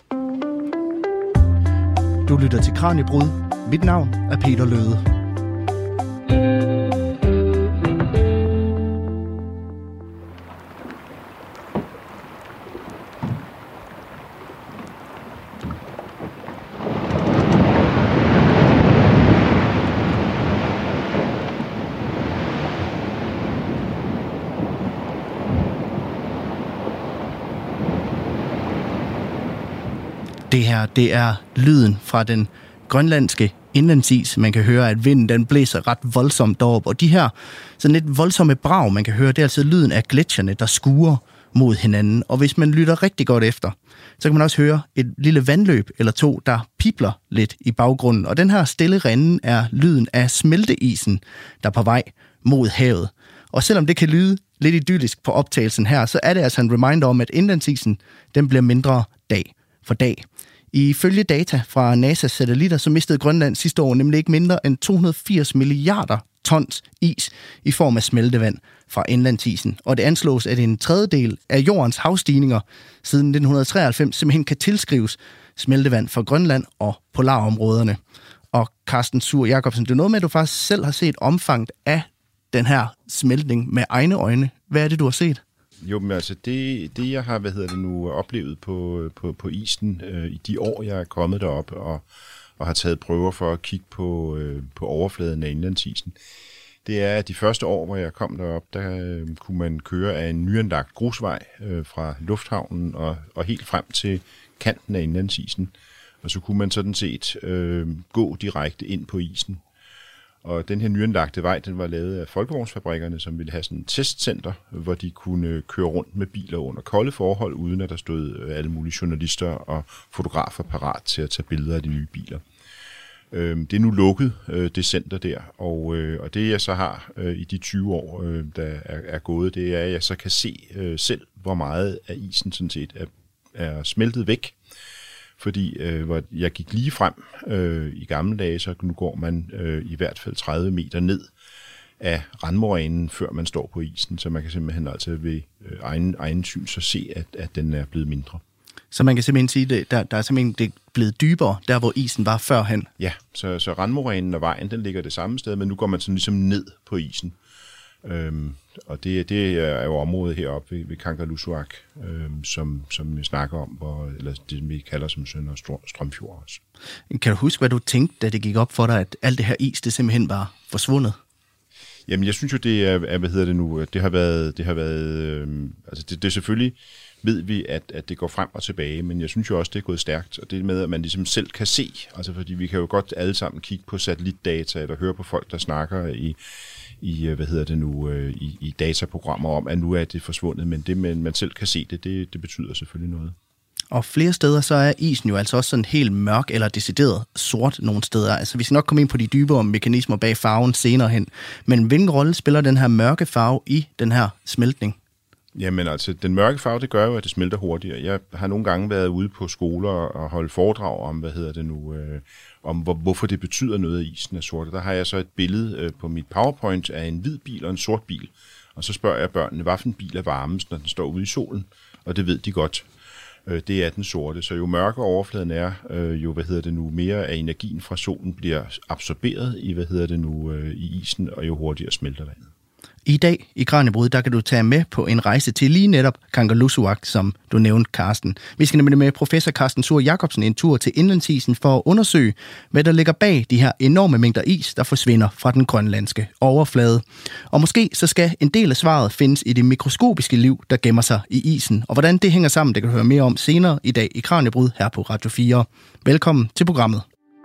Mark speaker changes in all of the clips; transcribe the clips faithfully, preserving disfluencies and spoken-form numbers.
Speaker 1: Du lytter til Kraniebrud. Mit navn er Peter Løde. Det her, det er lyden fra den grønlandske indlandsis. Man kan høre, at vinden den blæser ret voldsomt deroppe. Og de her sådan lidt voldsomme brag, man kan høre, det er altså lyden af gletsjerne, der skuer mod hinanden. Og hvis man lytter rigtig godt efter, så kan man også høre et lille vandløb eller to, der pipler lidt i baggrunden. Og den her stille rinde er lyden af smelteisen, der er på vej mod havet. Og selvom det kan lyde lidt idyllisk på optagelsen her, så er det altså en reminder om, at indlandsisen den bliver mindre dag for dag. Ifølge data fra N A S A's satellitter, så mistede Grønland sidste år nemlig ikke mindre end to hundrede og firs milliarder tons is i form af smeltevand fra indlandsisen. Og det anslås, at en tredjedel af jordens havstigninger siden nitten treoghalvfems simpelthen kan tilskrives smeltevand fra Grønland og polarområderne. Og Carsten Suhr Jacobsen, det er noget med, at du faktisk selv har set omfanget af den her smeltning med egne øjne. Hvad er det, du har set?
Speaker 2: Jo, men altså det, det jeg har, hvad hedder det nu, oplevet på, på, på isen øh, i de år, jeg er kommet derop og, og har taget prøver for at kigge på, øh, på overfladen af indlandsisen, det er, at de første år, hvor jeg kom derop, der øh, kunne man køre af en nyanlagt grusvej øh, fra lufthavnen og, og helt frem til kanten af indlandsisen. Og så kunne man sådan set øh, gå direkte ind på isen. Og den her nyanlagte vej, den var lavet af Folkevognsfabrikkerne, som ville have sådan et testcenter, hvor de kunne køre rundt med biler under kolde forhold, uden at der stod alle mulige journalister og fotografer parat til at tage billeder af de nye biler. Det er nu lukket, det center der, og, og det jeg så har i de tyve år, der er gået, det er, at jeg så kan se selv, hvor meget af isen sådan set er, er smeltet væk. Fordi øh, hvor jeg gik lige frem øh, i gamle dage, så nu går man øh, i hvert fald tredive meter ned af randmorænen, før man står på isen, så man kan simpelthen altså ved øh, egen, egen syn så se, at, at den er blevet mindre.
Speaker 1: Så man kan simpelthen sige, at der, der er simpelthen det er blevet dybere, der hvor isen var førhen?
Speaker 2: Ja, så, så randmorænen og vejen, den ligger det samme sted, men nu går man sådan ligesom ned på isen. Øhm, og det, det er jo området heroppe ved, ved Kangerlussuaq, øhm, som, som vi snakker om, hvor, eller det vi kalder som Sønder Strømfjord også.
Speaker 1: Kan du huske, hvad du tænkte, da det gik op for dig, at alt det her is, det simpelthen var forsvundet?
Speaker 2: Jamen, jeg synes jo, det er, er hvad hedder det nu, det har været, det har været, øhm, altså det, det er selvfølgelig, ved vi, at, at det går frem og tilbage, men jeg synes jo også, det er gået stærkt, og det med, at man ligesom selv kan se, altså fordi vi kan jo godt alle sammen kigge på satellitdata, eller høre på folk, der snakker i, i hvad hedder det nu, i, i dataprogrammer om, at nu er det forsvundet, men det, man, man selv kan se det, det, det betyder selvfølgelig noget.
Speaker 1: Og flere steder, så er isen jo altså også sådan helt mørk eller decideret sort nogle steder. Altså vi skal nok komme ind på de dybere mekanismer bag farven senere hen, men hvilken rolle spiller den her mørke farve i den her smeltning?
Speaker 2: Jamen altså, den mørke farve, det gør jo, at det smelter hurtigere. Jeg har nogle gange været ude på skoler og holdt foredrag om, hvad hedder det nu, øh, om hvor, hvorfor det betyder noget, at isen er sort. Der har jeg så et billede øh, på mit PowerPoint af en hvid bil og en sort bil. Og så spørger jeg børnene, hvad for en bil er varmest, når den står ude i solen? Og det ved de godt. Øh, det er den sorte. Så jo mørkere overfladen er, øh, jo hvad hedder det nu, mere af energien fra solen bliver absorberet i, hvad hedder det nu, øh, i isen, og jo hurtigere smelter vandet.
Speaker 1: I dag i Kraniebrud, der kan du tage med på en rejse til lige netop Kangerlussuaq, som du nævnte, Carsten. Vi skal nemlig med professor Carsten Suhr Jacobsen en tur til indlandsisen for at undersøge, hvad der ligger bag de her enorme mængder is, der forsvinder fra den grønlandske overflade. Og måske så skal en del af svaret findes i det mikroskopiske liv, der gemmer sig i isen. Og hvordan det hænger sammen, det kan du høre mere om senere i dag i Kraniebrud her på Radio fire. Velkommen til programmet.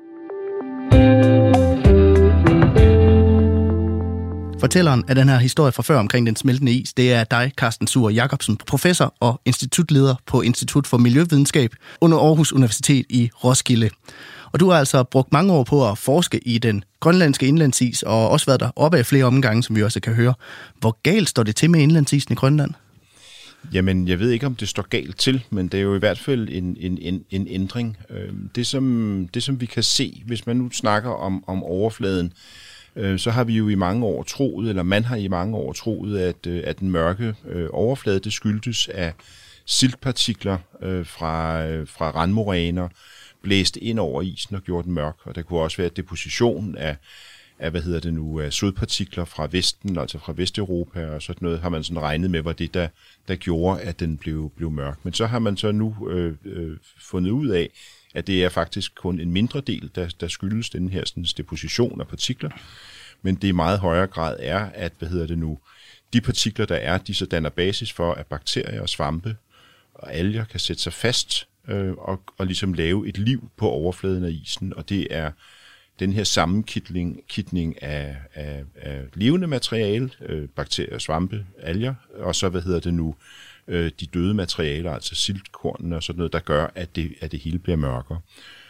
Speaker 1: Fortælleren af den her historie fra før omkring den smeltende is, det er dig, Carsten Suhr Jacobsen, professor og institutleder på Institut for Miljøvidenskab under Aarhus Universitet i Roskilde. Og du har altså brugt mange år på at forske i den grønlandske indlandsis, og også været der oppe af flere omgange, som vi også kan høre. Hvor galt står det til med indlandsisen i Grønland?
Speaker 2: Jamen, jeg ved ikke, om det står galt til, men det er jo i hvert fald en, en, en, en ændring. Det som, det, som vi kan se, hvis man nu snakker om, om overfladen, så har vi jo i mange år troet, eller man har i mange år troet, at, at den mørke overflade, det skyldtes af siltpartikler øh, fra, øh, fra randmoræner blæste ind over isen og gjorde den mørk, og der kunne også være deposition af, af hvad hedder det nu, af sodpartikler fra Vesten, altså fra Vesteuropa og sådan noget, har man sådan regnet med, var det, der, der gjorde, at den blev, blev mørk. Men så har man så nu øh, øh, fundet ud af, at det er faktisk kun en mindre del, der, der skyldes den her sådan, deposition af partikler, men det i meget højere grad er, at, hvad hedder det nu, de partikler, der er, de så danner basis for, at bakterier og svampe og alger kan sætte sig fast øh, og, og ligesom lave et liv på overfladen af isen, og det er den her sammenkitning af, af, af levende materiale, øh, bakterier, svampe, alger, og så, hvad hedder det nu, øh, de døde materialer, altså siltkornene og sådan noget, der gør, at det, at det hele bliver mørkere.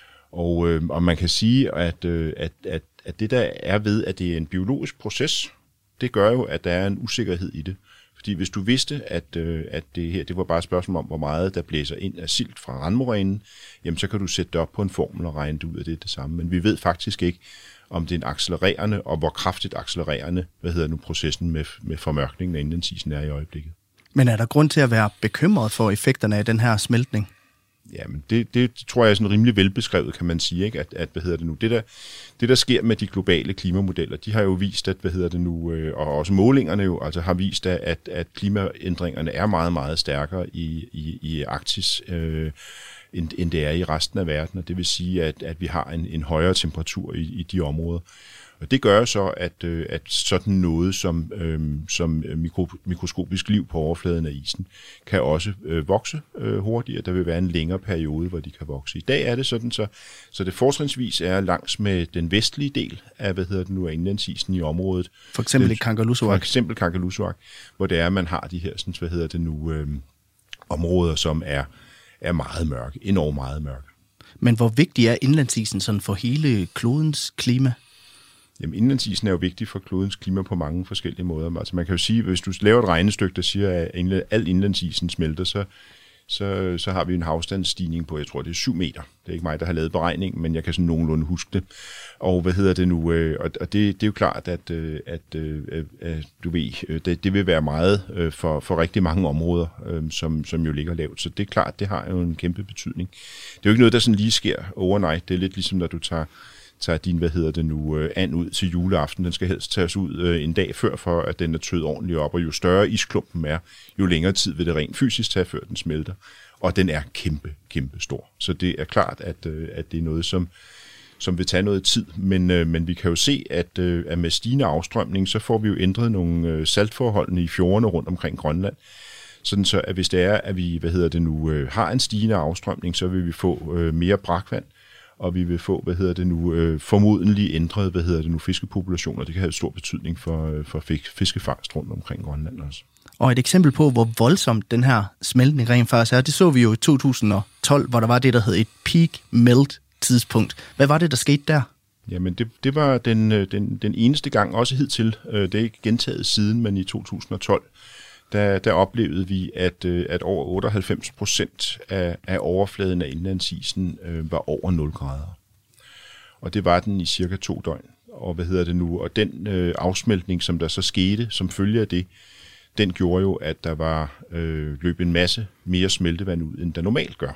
Speaker 2: Og, øh, og man kan sige, at, øh, at, at, at det der er ved, at det er en biologisk proces, det gør jo, at der er en usikkerhed i det. Fordi hvis du vidste, at, øh, at det her det var bare et spørgsmål om, hvor meget der blæser ind af silt fra randmorænen, jamen så kan du sætte det op på en formel og regne det ud af det det samme. Men vi ved faktisk ikke, om det er en accelererende, og hvor kraftigt accelererende, hvad hedder nu, processen med, med formørkningen af indlandsisen er i øjeblikket.
Speaker 1: Men er der grund til at være bekymret for effekterne af den her smeltning?
Speaker 2: Jamen, det, det tror jeg er sådan rimelig velbeskrevet, kan man sige, ikke? At, at hvad hedder det nu, det der, det der sker med de globale klimamodeller, de har jo vist, at, hvad hedder det nu, øh, og også målingerne jo, altså har vist, at, at klimaændringerne er meget, meget stærkere i, i, i Arktis, øh, end, end det er i resten af verden, og det vil sige, at, at vi har en, en højere temperatur i, i de områder. Og det gør så, at, at sådan noget som, øhm, som mikro, mikroskopisk liv på overfladen af isen kan også øh, vokse øh, hurtigere. Der vil være en længere periode, hvor de kan vokse. I dag er det sådan, så, så det fortrinsvis er langs med den vestlige del af, hvad hedder det nu, af indlandsisen i området.
Speaker 1: For eksempel i Kangerlussuaq.
Speaker 2: For eksempel Kangerlussuaq, hvor det er, at man har de her, sådan, hvad hedder det nu, øhm, områder, som er, er meget mørke, enormt meget mørke.
Speaker 1: Men hvor vigtig er indlandsisen sådan for hele klodens klima?
Speaker 2: Jamen, indlandsisen er jo vigtig for klodens klima på mange forskellige måder. Altså, man kan jo sige, hvis du laver et regnestykke, der siger, at al indlandsisen smelter, så, så, så har vi en havstandsstigning på, jeg tror, det er syv meter. Det er ikke mig, der har lavet beregningen, men jeg kan sådan nogenlunde huske det. Og hvad hedder det nu? Og det, det er jo klart, at, at, at du ved, det, det vil være meget for, for rigtig mange områder, som, som jo ligger lavt. Så det er klart, det har jo en kæmpe betydning. Det er jo ikke noget, der sådan lige sker overnight. Det er lidt ligesom, når du tager tager din, hvad hedder det nu, and ud til juleaften. Den skal helst tages ud øh, en dag før, for at den er tøet ordentligt op, og jo større isklumpen er, jo længere tid vil det rent fysisk tage, før den smelter. Og den er kæmpe, kæmpe stor. Så det er klart, at, øh, at det er noget, som, som vil tage noget tid, men, øh, men vi kan jo se, at, øh, at med stigende afstrømning, så får vi jo ændret nogle øh, saltforholdene i fjordene rundt omkring Grønland. Sådan så, at hvis det er, at vi, hvad hedder det nu, øh, har en stigende afstrømning, så vil vi få øh, mere brakvand, og vi vil få, hvad hedder det nu, øh, formodentlig ændret, hvad hedder det nu, fiskepopulationer. Det kan have stor betydning for, øh, for fiskefangst rundt omkring Grønland også.
Speaker 1: Og et eksempel på, hvor voldsomt den her smeltning rent faktisk er, det så vi jo i to tusind og tolv, hvor der var det, der hed et peak melt tidspunkt. Hvad var det, der skete der? Jamen,
Speaker 2: det, det var den, den, den eneste gang, også hidtil. Det er ikke gentaget siden, men i to tusind og tolv, der, der oplevede vi, at, at over otteoghalvfems procent af, af overfladen af indlandsisen øh, var over nul grader. Og det var den i cirka to døgn. Og hvad hedder det nu? Og den øh, afsmeltning, som der så skete som følge af det, den gjorde jo, at der var øh, løb en masse mere smeltevand ud, end der normalt gør.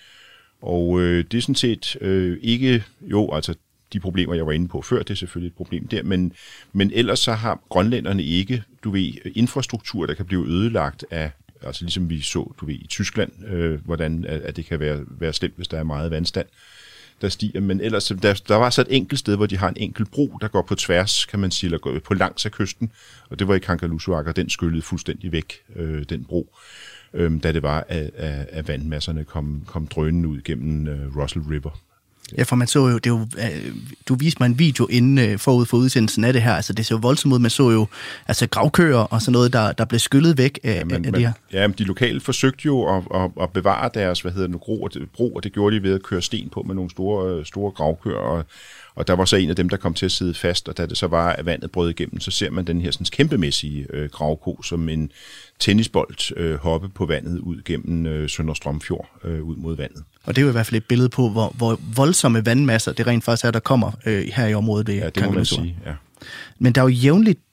Speaker 2: Og øh, det er sådan set øh, ikke, jo, altså de problemer, jeg var inde på før, det er selvfølgelig et problem der, men, men ellers så har grønlænderne ikke, du ved, infrastruktur, der kan blive ødelagt af, altså ligesom vi så, du ved, i Tyskland, øh, hvordan at det kan være, være slemt, hvis der er meget vandstand, der stiger, men ellers, der, der var så et enkelt sted, hvor de har en enkelt bro, der går på tværs, kan man sige, eller går på langs af kysten, og det var i Kangerlussuaq, og den skyllede fuldstændig væk, øh, den bro, øh, da det var, at, at vandmasserne kom, kom drønende ud gennem øh, Russell River.
Speaker 1: Ja, for man så jo, det jo, du viste mig en video inden forud for udsendelsen af det her, altså det så jo voldsomt ud, man så jo altså gravkøer og sådan noget, der, der blev skyllet væk af, ja, men, af det her.
Speaker 2: Ja, men de lokale forsøgte jo at, at, at bevare deres, hvad hedder det nu, bro, og, bro, og det gjorde de ved at køre sten på med nogle store, store gravkøer, og, og der var så en af dem, der kom til at sidde fast, og da det så var, at vandet brød igennem, så ser man den her sådan kæmpemæssige øh, gravko som en tennisbold øh, hoppe på vandet ud gennem øh, Søndre Strømfjord, øh, ud mod vandet.
Speaker 1: Og det er jo i hvert fald et billede på, hvor, hvor voldsomme vandmasser det rent faktisk er, der kommer øh, her i området ved
Speaker 2: Ja, det må man sige, ja.
Speaker 1: Men der er jo jævnligt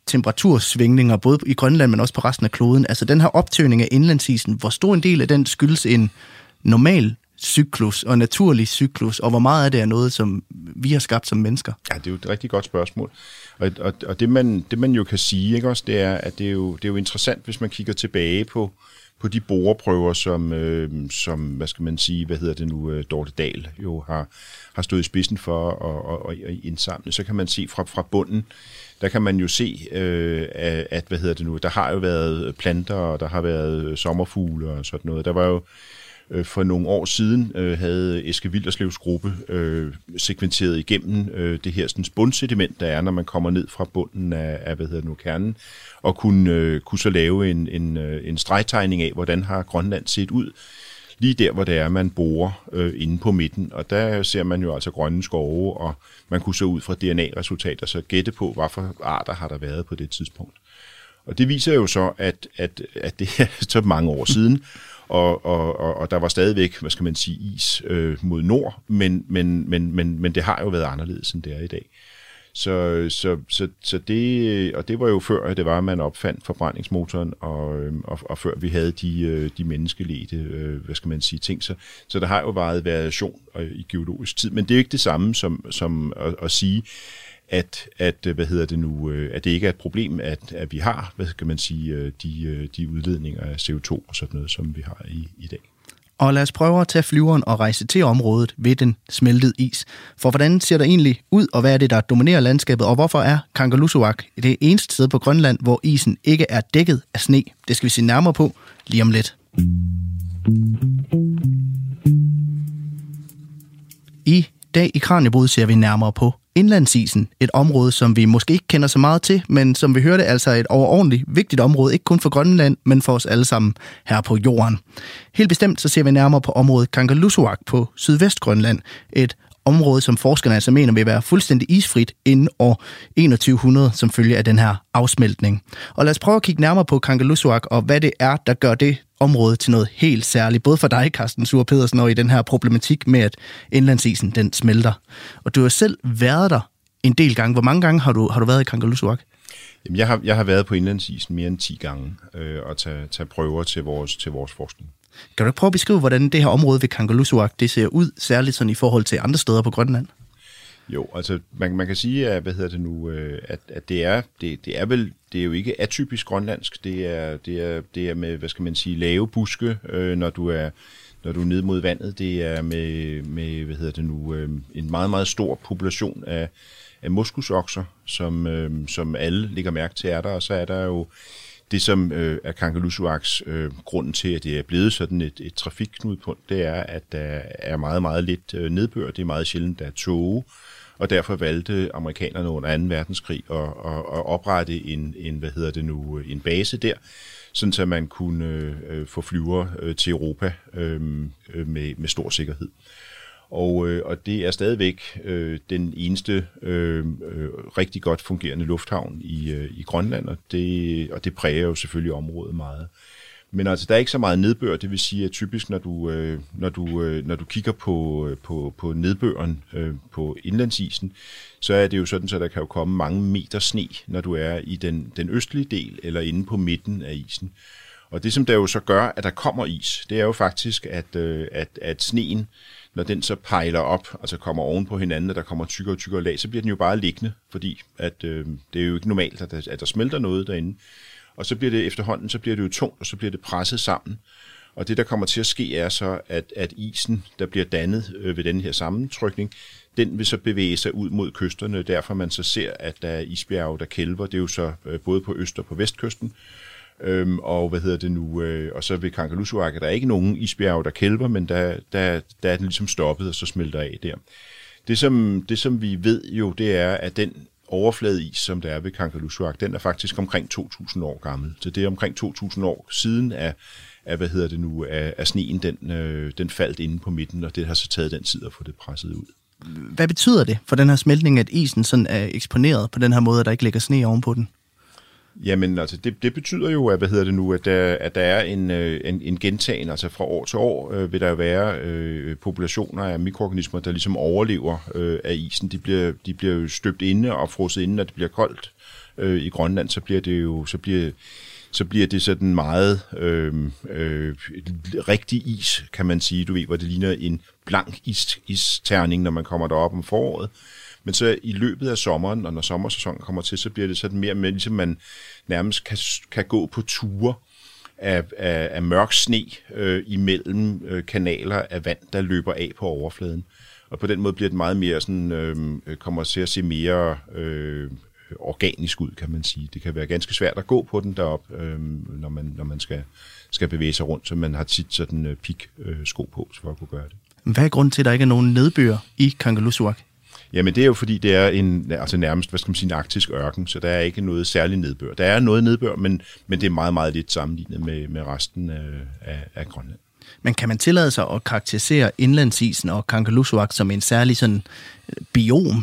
Speaker 1: temperatursvingninger, både i Grønland, men også på resten af kloden. Altså den her optøning af indlandsisen, hvor stor en del af den skyldes en normal cyklus og naturlig cyklus, og hvor meget af det er noget, som vi har skabt som mennesker?
Speaker 2: Ja, det er jo et rigtig godt spørgsmål. Og, og, og det, man, det man jo kan sige, ikke også, det er, at det er, jo, det er jo interessant, hvis man kigger tilbage på, på de boreprøver, som, øh, som, hvad skal man sige, hvad hedder det nu, øh, Dorte Dahl jo har, har stået i spidsen for at, at, at indsamle. Så kan man se fra, fra bunden, der kan man jo se, øh, at, hvad hedder det nu, der har jo været planter, og der har været sommerfugle og sådan noget. Der var jo For nogle år siden øh, havde Eske Wilderslevs gruppe øh, sekventeret igennem øh, det her sådan, bundsediment, der er, når man kommer ned fra bunden af, af hvad hedder det nu, kernen, og kunne, øh, kunne så lave en, en, en stregtegning af, hvordan har Grønland set ud, lige der, hvor det er, man borer øh, inde på midten. Og der ser man jo altså grønne skove, og man kunne så ud fra D N A-resultater så gætte på, hvad for arter har der været på det tidspunkt. Og det viser jo så, at, at, at det er så mange år siden, Og, og, og, og der var stadigvæk, hvad skal man sige, is øh, mod nord, men, men, men, men, men det har jo været anderledes, end det er i dag. Så, så, så, så det, og det var jo før, at det var, at man opfandt forbrændingsmotoren, og, og, og før vi havde de, de menneskeledte, øh, hvad skal man sige, ting. Så, så der har jo været variation i geologisk tid, men det er jo ikke det samme som, som at, at sige, at, at, hvad hedder det nu, at det ikke er et problem, at, at vi har, hvad skal man sige, de, de udledninger af C O to og sådan noget, som vi har i, i dag.
Speaker 1: Og lad os prøve at tage flyveren og rejse til området ved den smeltede is. For hvordan ser der egentlig ud, og hvad er det, der dominerer landskabet, og hvorfor er Kangerlussuaq det eneste sted på Grønland, hvor isen ikke er dækket af sne? Det skal vi se nærmere på lige om lidt. I dag i Kraniebrud ser vi nærmere på indlandsisen, et område, som vi måske ikke kender så meget til, men som vi hørte, altså et overordentligt vigtigt område, ikke kun for Grønland, men for os alle sammen her på jorden. Helt bestemt så ser vi nærmere på området Kangerlussuaq på Sydvestgrønland, et område, som forskerne altså mener vil være fuldstændig isfrit inden år enogtyve hundrede, som følge af den her afsmeltning. Og lad os prøve at kigge nærmere på Kangerlussuaq, og hvad det er, der gør det område til noget helt særligt, både for dig, Carsten Suhr Pedersen, og i den her problematik med, at indlandsisen den smelter. Og du har selv været der en del gange. Hvor mange gange har du, har du været i Kangerlussuaq?
Speaker 2: Jamen, jeg har, jeg har været på indlandsisen mere end ti gange øh, og tage, tage prøver til vores, til vores forskning.
Speaker 1: Kan du ikke prøve at beskrive, hvordan det her område ved Kangerlussuaq det ser ud, særligt sådan i forhold til andre steder på Grønland?
Speaker 2: Jo, altså man, man kan sige, at, hvad hedder det nu, at, at det er det, det er vel det er jo ikke atypisk grønlandsk. Det er det er det er med, hvad skal man sige, lave buske, øh, når du er når du er ned mod vandet. Det er med med hvad hedder det nu, øh, en meget meget stor population af af moskusokser, som øh, som alle lægger mærke til er der, og så er der jo det, som øh, er Kangerlussuaqs øh, grunden til, at det er blevet sådan et, et trafikknudpunkt, det er, at der er meget, meget lidt øh, nedbør. Det er meget sjældent, der er tåge, og derfor valgte amerikanerne under anden verdenskrig at, at, at oprette en, en, hvad hedder det nu, en base der, sådan så man kunne øh, få flyver øh, til Europa øh, med, med stor sikkerhed. Og, øh, og det er stadigvæk øh, den eneste øh, øh, rigtig godt fungerende lufthavn i, øh, i Grønland, og det, og det præger jo selvfølgelig området meget. Men altså, der er ikke så meget nedbør, det vil sige, at typisk, når du, øh, når du, øh, når du kigger på, på, på nedbøren øh, på indlandsisen, så er det jo sådan, så der kan jo komme mange meter sne, når du er i den, den østlige del eller inde på midten af isen. Og det, som der jo så gør, at der kommer is, det er jo faktisk, at, øh, at, at sneen, når den så pejler op, altså kommer oven på hinanden, og der kommer tykkere og tykkere lag, så bliver den jo bare liggende, fordi at, øh, det er jo ikke normalt, at der, at der smelter noget derinde. Og så bliver det efterhånden, så bliver det jo tungt, og så bliver det presset sammen. Og det, der kommer til at ske, er så, at, at isen, der bliver dannet øh, ved den her sammentrykning, den vil så bevæge sig ud mod kysterne, derfor man så ser, at der er isbjerge, der kælver. Det er jo så øh, både på øst- og på vestkysten. Øhm, og hvad hedder det nu, øh, og så ved Kangerlussuaq er der ikke nogen isbjerge, der kælver, men der, der, der er den ligesom stoppet, og så smelter af der. Det som, det, som vi ved jo, det er, at den overfladeis, som der er ved Kangerlussuaq, den er faktisk omkring to tusind år gammel. Så det er omkring to tusind år siden, at, at hvad hedder det nu, at, at sneen den, øh, den faldt inde på midten, og det har så taget den tid at få det presset ud.
Speaker 1: Hvad betyder det for den her smeltning, at isen sådan er eksponeret på den her måde, at der ikke ligger sne ovenpå den?
Speaker 2: Jamen, altså, det, det betyder jo, at, hvad hedder det nu, at der, at der er en, en, en gentagen, altså fra år til år øh, vil der være øh, populationer af mikroorganismer, der ligesom overlever øh, af isen. De bliver, de bliver jo støbt inde og frosset inde, når det bliver koldt øh, i Grønland, så bliver det jo, så bliver, så bliver det sådan meget øh, øh, rigtig is, kan man sige. Du ved, hvor det ligner en blank is, isterning, når man kommer derop om foråret. Men så i løbet af sommeren, og når sommersæsonen kommer til, så bliver det sådan mere med, ligesom man nærmest kan, kan gå på ture af, af, af mørk sne øh, imellem øh, kanaler af vand, der løber af på overfladen. Og på den måde bliver det meget mere sådan, øh, kommer til at se mere øh, organisk ud, kan man sige. Det kan være ganske svært at gå på den derop, øh, når man, når man skal, skal bevæge sig rundt, så man har tit sådan øh, pik-sko øh, på, for at kunne gøre det.
Speaker 1: Hvad er grunden til, at der ikke er nogen nedbør i Kangerlussuaq?
Speaker 2: Jamen det er jo fordi, det er en, altså nærmest, hvad skal man sige, en arktisk ørken, så der er ikke noget særligt nedbør. Der er noget nedbør, men, men det er meget, meget lidt sammenlignet med, med resten af, af, af Grønland.
Speaker 1: Men kan man tillade sig at karakterisere indlandsisen og Kangerlussuaq som en særlig sådan biom?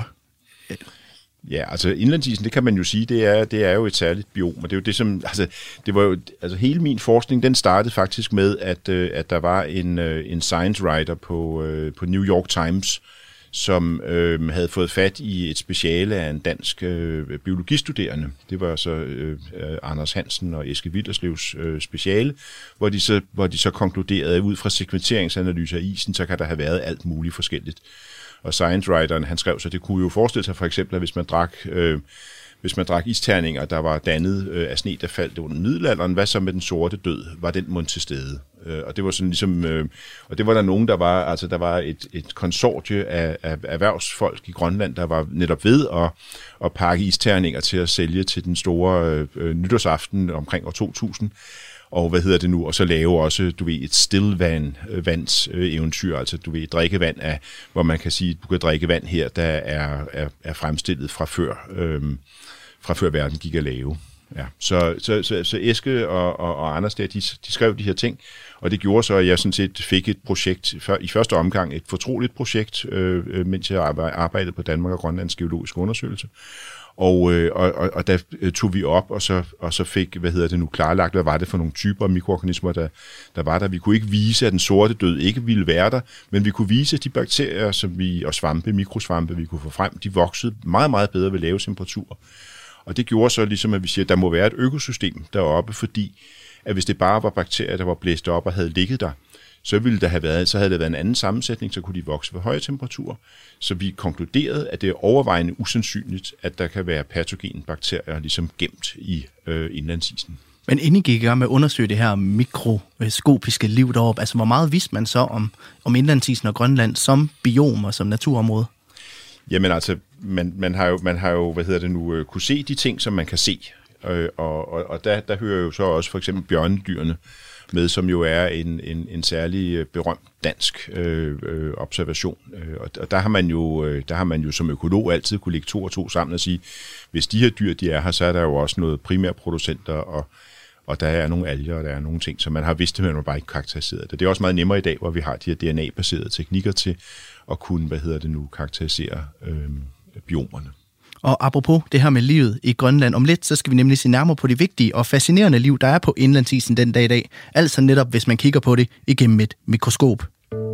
Speaker 2: Ja, altså indlandsisen, det kan man jo sige, det er, det er jo et særligt biom, og det er jo det som, altså det var jo, altså hele min forskning, den startede faktisk med, at, at der var en, en science writer på, på New York Times, som øh, havde fået fat i et speciale af en dansk øh, biologistuderende. Det var så øh, Anders Hansen og Eske Wilderslevs øh, speciale, hvor de, så, hvor de så konkluderede, at ud fra sekventeringsanalyser af isen, så kan der have været alt muligt forskelligt. Og science writeren, han skrev så, det kunne jo forestille sig for eksempel, at hvis man drak... Øh, Hvis man drak isterninger, der var dannet øh, af sne, der faldt under middelalderen, hvad så med den sorte død? Var den mund til stede? Øh, og det var sådan ligesom, øh, og det var der nogen, der var, altså der var et, et konsortie af, af erhvervsfolk i Grønland, der var netop ved at, at pakke isterninger til at sælge til den store øh, nytårsaften omkring år to tusind. Og hvad hedder det nu? Og så lave også, du ved, et stillvand, vands øh, eventyr, altså du ved, drikkevand af, hvor man kan sige, du kan drikke vand her, der er, er, er fremstillet fra før, øh, fra før verden gik at lave. Ja. Så, så, så, så Eske og, og, og Anders der, de, de skrev de her ting, og det gjorde så, at jeg sådan set fik et projekt, for, i første omgang et fortroligt projekt, øh, mens jeg arbejdede på Danmark og Grønlands geologiske undersøgelse. Og, og, og, og der tog vi op, og så, og så fik, hvad hedder det nu, klarlagt, hvad var det for nogle typer af mikroorganismer, der, der var der. Vi kunne ikke vise, at den sorte død ikke ville være der, men vi kunne vise, at de bakterier, som vi, og svampe, mikrosvampe, vi kunne få frem, de voksede meget, meget bedre ved lave temperaturer. Og det gjorde så ligesom, at vi siger, at der må være et økosystem deroppe, fordi at hvis det bare var bakterier, der var blæst op og havde ligget der, så ville der have været, så havde det været en anden sammensætning, så kunne de vokse ved høje temperaturer. Så vi konkluderede, at det er overvejende usandsynligt, at der kan være patogene bakterier ligesom gemt i øh, indlandsisen.
Speaker 1: Men inden I gik i gang med at undersøge det her mikroskopiske liv deroppe, altså hvor meget vidste man så om, om indlandsisen og Grønland som biom og som naturområde?
Speaker 2: Jamen altså, man, man, har jo, man har jo, hvad hedder det nu, øh, kunne se de ting, som man kan se. Øh, og og, og der, der hører jo så også for eksempel bjørnedyrene med, som jo er en, en, en særlig berømt dansk øh, øh, observation. Øh, og, og der har man jo, øh, der har man jo som økolog altid kunne lægge to og to sammen og sige, hvis de her dyr, de er her, så er der jo også noget primærproducenter, og, og der er nogle alger, og der er nogle ting, som man har vidst, men man bare ikke karakteriseret det. Det er også meget nemmere i dag, hvor vi har de her D N A-baserede teknikker til at kunne, hvad hedder det nu, karakterisere øh, biomerne.
Speaker 1: Og apropos det her med livet i Grønland, om lidt, så skal vi nemlig se nærmere på det vigtige og fascinerende liv, der er på indlandsisen den dag i dag. Altså netop, hvis man kigger på det igennem et mikroskop.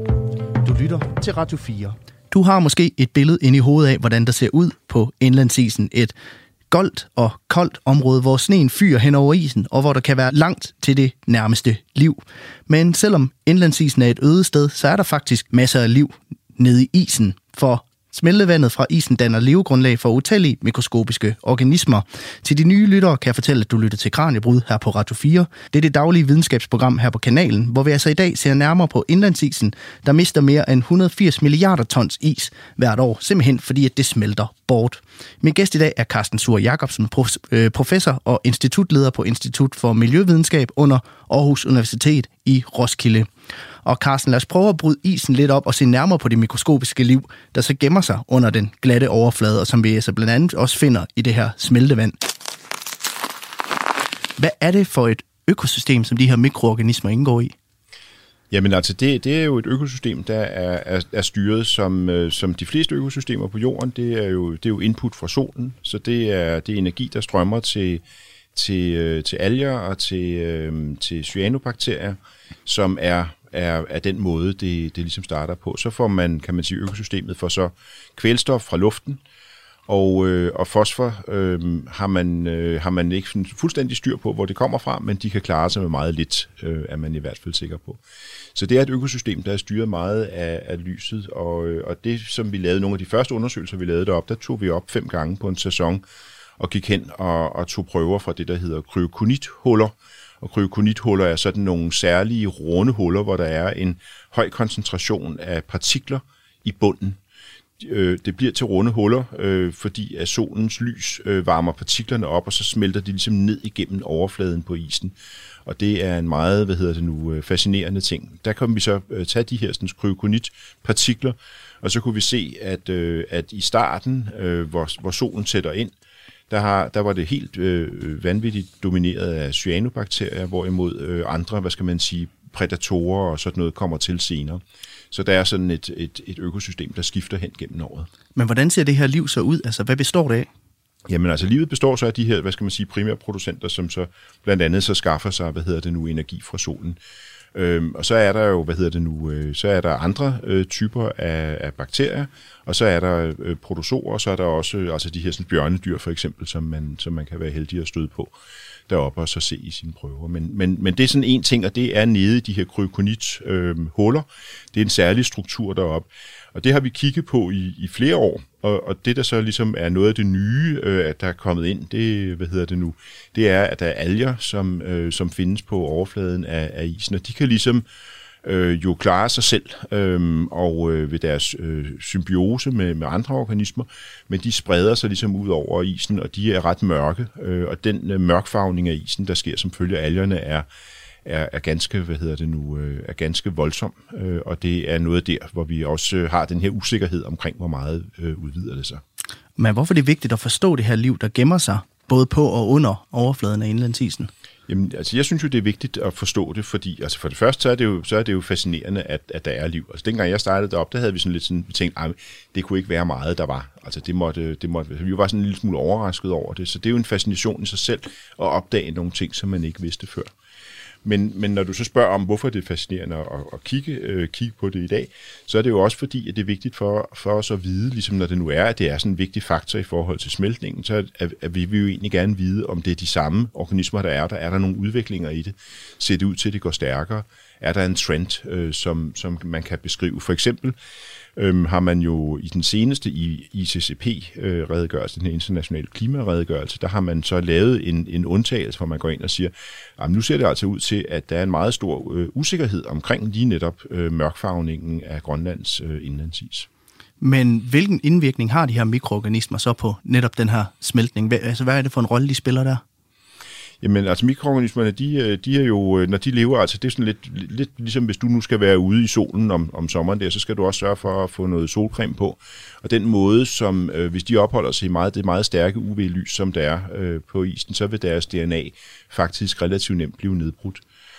Speaker 1: Du lytter til Radio fire. Du har måske et billede inde i hovedet af, hvordan der ser ud på indlandsisen. Et goldt og koldt område, hvor sneen fyrer hen over isen, og hvor der kan være langt til det nærmeste liv. Men selvom indlandsisen er et øde sted, så er der faktisk masser af liv nede i isen, for smeltevandet fra isen danner levegrundlag for utallige mikroskopiske organismer. Til de nye lyttere kan jeg fortælle, at du lytter til Kraniebrud her på Radio fire. Det er det daglige videnskabsprogram her på kanalen, hvor vi altså i dag ser nærmere på indlandsisen, der mister mere end et hundrede og firs milliarder tons is hvert år, simpelthen fordi at det smelter bort. Min gæst i dag er Carsten Suhr Jacobsen, professor og institutleder på Institut for Miljøvidenskab under Aarhus Universitet i Roskilde. Og Carsten, lad os prøve at bryde isen lidt op og se nærmere på det mikroskopiske liv, der så gemmer sig under den glatte overflade, og som vi altså blandt andet også finder i det her smeltevand. Hvad er det for et økosystem, som de her mikroorganismer indgår i?
Speaker 2: Jamen altså, det, det er jo et økosystem, der er, er, er styret som, som de fleste økosystemer på jorden. Det er jo, det er jo input fra solen, så det er, det er energi, der strømmer til, til, øh, til alger og til, øh, til cyanobakterier, som er, er, er den måde, det, det ligesom starter på. Så får man, kan man sige, økosystemet for så kvælstof fra luften, og, øh, og fosfor øh, har, man, øh, har man ikke fuldstændig styr på, hvor det kommer fra, men de kan klare sig med meget lidt, øh, er man i hvert fald sikker på. Så det er et økosystem, der er styret meget af, af lyset, og, og det, som vi lavede, nogle af de første undersøgelser, vi lavede derop, der tog vi op fem gange på en sæson, og gik hen og, og tog prøver fra det, der hedder kryokonithuller. Og kryokonithuller er sådan nogle særlige runde huller, hvor der er en høj koncentration af partikler i bunden. Det bliver til runde huller, øh, fordi at solens lys øh, varmer partiklerne op, og så smelter de ligesom ned igennem overfladen på isen. Og det er en meget, hvad hedder det nu, fascinerende ting. Der kan vi så øh, tage de her sådan, kryokonitpartikler, og så kunne vi se, at, øh, at i starten, øh, hvor, hvor solen sætter ind, der, har, der var det helt øh, vanvittigt domineret af cyanobakterier, hvorimod øh, andre, hvad skal man sige, prædatorer og sådan noget kommer til senere. Så der er sådan et, et, et økosystem, der skifter hen gennem året.
Speaker 1: Men hvordan ser det her liv så ud? Altså, hvad består det af?
Speaker 2: Jamen altså, livet består så af de her, hvad skal man sige, primære producenter, som så blandt andet så skaffer sig, hvad hedder det nu, energi fra solen. Øhm, og så er der jo, hvad hedder det nu, øh, så er der andre øh, typer af, af bakterier, og så er der øh, protozoer, og så er der også øh, altså de her sådan, bjørnedyr for eksempel, som man, som man kan være heldig at støde på deroppe og så se i sine prøver. Men, men, men det er sådan en ting, og det er nede i de her kryokonit-huller. Øh, det er en særlig struktur deroppe. Og det har vi kigget på i, i flere år, og, og det der så ligesom er noget af det nye, øh, der er kommet ind, det, hvad hedder det nu, det er, at der er alger, som, øh, som findes på overfladen af, af isen, og de kan ligesom øh, jo klare sig selv, øh, og øh, ved deres øh, symbiose med, med andre organismer, men de spreder sig ligesom ud over isen, og de er ret mørke, øh, og den øh, mørkfarvning af isen, der sker som følge af algerne, er Er, er ganske, hvad hedder det nu, er ganske voldsom, øh, og det er noget der, hvor vi også har den her usikkerhed omkring, hvor meget øh, udvider det sig.
Speaker 1: Men hvorfor er det vigtigt at forstå det her liv, der gemmer sig både på og under overfladen af indlandsisen?
Speaker 2: Jamen, altså, jeg synes jo, det er vigtigt at forstå det, fordi altså for det første, så er det jo, så er det jo fascinerende, at, at der er liv. Altså, dengang jeg startede derop, der havde vi sådan lidt sådan, vi tænkte, ej, det kunne ikke være meget, der var. Altså, det måtte, det måtte, vi var sådan en lille smule overrasket over det, så det er jo en fascination i sig selv, at opdage nogle ting, som man ikke vidste før. Men, men når du så spørger om, hvorfor det er fascinerende at, at kigge, øh, kigge på det i dag, så er det jo også fordi, at det er vigtigt for, for os at vide, ligesom når det nu er, at det er sådan en vigtig faktor i forhold til smeltningen, så at, at vi vil jo egentlig gerne vide, om det er de samme organismer, der er der. Er der nogle udviklinger i det? Ser det ud til, at det går stærkere? Er der en trend, øh, som, som man kan beskrive? For eksempel øhm, har man jo i den seneste I C C P-redegørelse, den her internationale klimaredegørelse, der har man så lavet en, en undtagelse, hvor man går ind og siger, at nu ser det altså ud til, at der er en meget stor øh, usikkerhed omkring lige netop øh, mørkfarvningen af Grønlands øh, indlandsis.
Speaker 1: Men hvilken indvirkning har de her mikroorganismer så på netop den her smeltning? Altså, hvad er det for en rolle, de spiller der?
Speaker 2: Jamen, altså mikroorganismerne, de, de er jo, når de lever, altså det er sådan lidt, lidt ligesom hvis du nu skal være ude i solen om, om sommeren der, så skal du også sørge for at få noget solcreme på. Og den måde, som øh, hvis de opholder sig i meget, det meget stærke U V-lys, som der er øh, på isen, så vil deres D N A faktisk relativt nemt blive nedbrudt.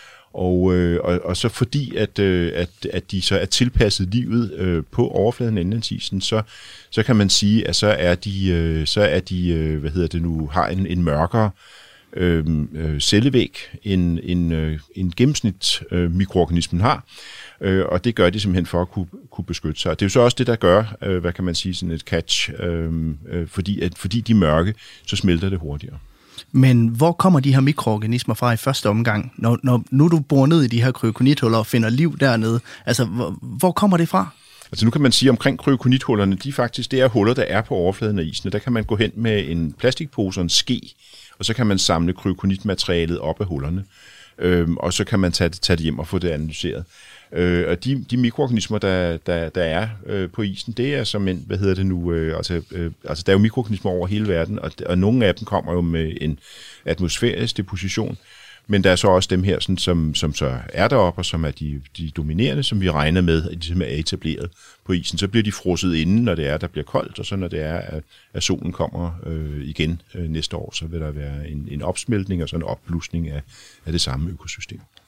Speaker 2: Og, øh, og, og så fordi, at, øh, at, at de så er tilpasset livet øh, på overfladen af indlandsisen, så, så kan man sige, at så er de, øh, så er de øh, hvad hedder det nu, har en, en mørkere Øh, øh, cellevæg, en, en, øh, en gennemsnit øh, mikroorganismen har, øh, og det gør de simpelthen for at kunne, kunne beskytte sig. Det er jo så også det, der gør, øh, hvad kan man sige, sådan et catch, øh, øh, fordi, at, fordi de er mørke, så smelter det hurtigere.
Speaker 1: Men hvor kommer de her mikroorganismer fra i første omgang, når, når nu du bor ned i de her kryokonithuller og finder liv dernede? Altså, hvor, hvor kommer det fra?
Speaker 2: Altså nu kan man sige, omkring kryokonithullerne, de faktisk, det er huller, der er på overfladen af isen, og der kan man gå hen med en plastikpose og en ske, og så kan man samle kryokonitmaterialet op af hullerne, øhm, og så kan man tage det, tage det hjem og få det analyseret. Øh, og de, de mikroorganismer, der, der, der er øh, på isen, det er som en, hvad hedder det nu, øh, altså, øh, altså der er jo mikroorganismer over hele verden, og, og nogle af dem kommer jo med en atmosfærisk deposition, men der er så også dem her, sådan, som, som så er deroppe, og som er de, de dominerende, som vi regner med, at de er etableret på isen. Så bliver de frosset inden, når det er, der bliver koldt, og så når det er, at, at solen kommer øh, igen øh, næste år, så vil der være en, en opsmeltning og så en opblusning af, af det samme økosystem.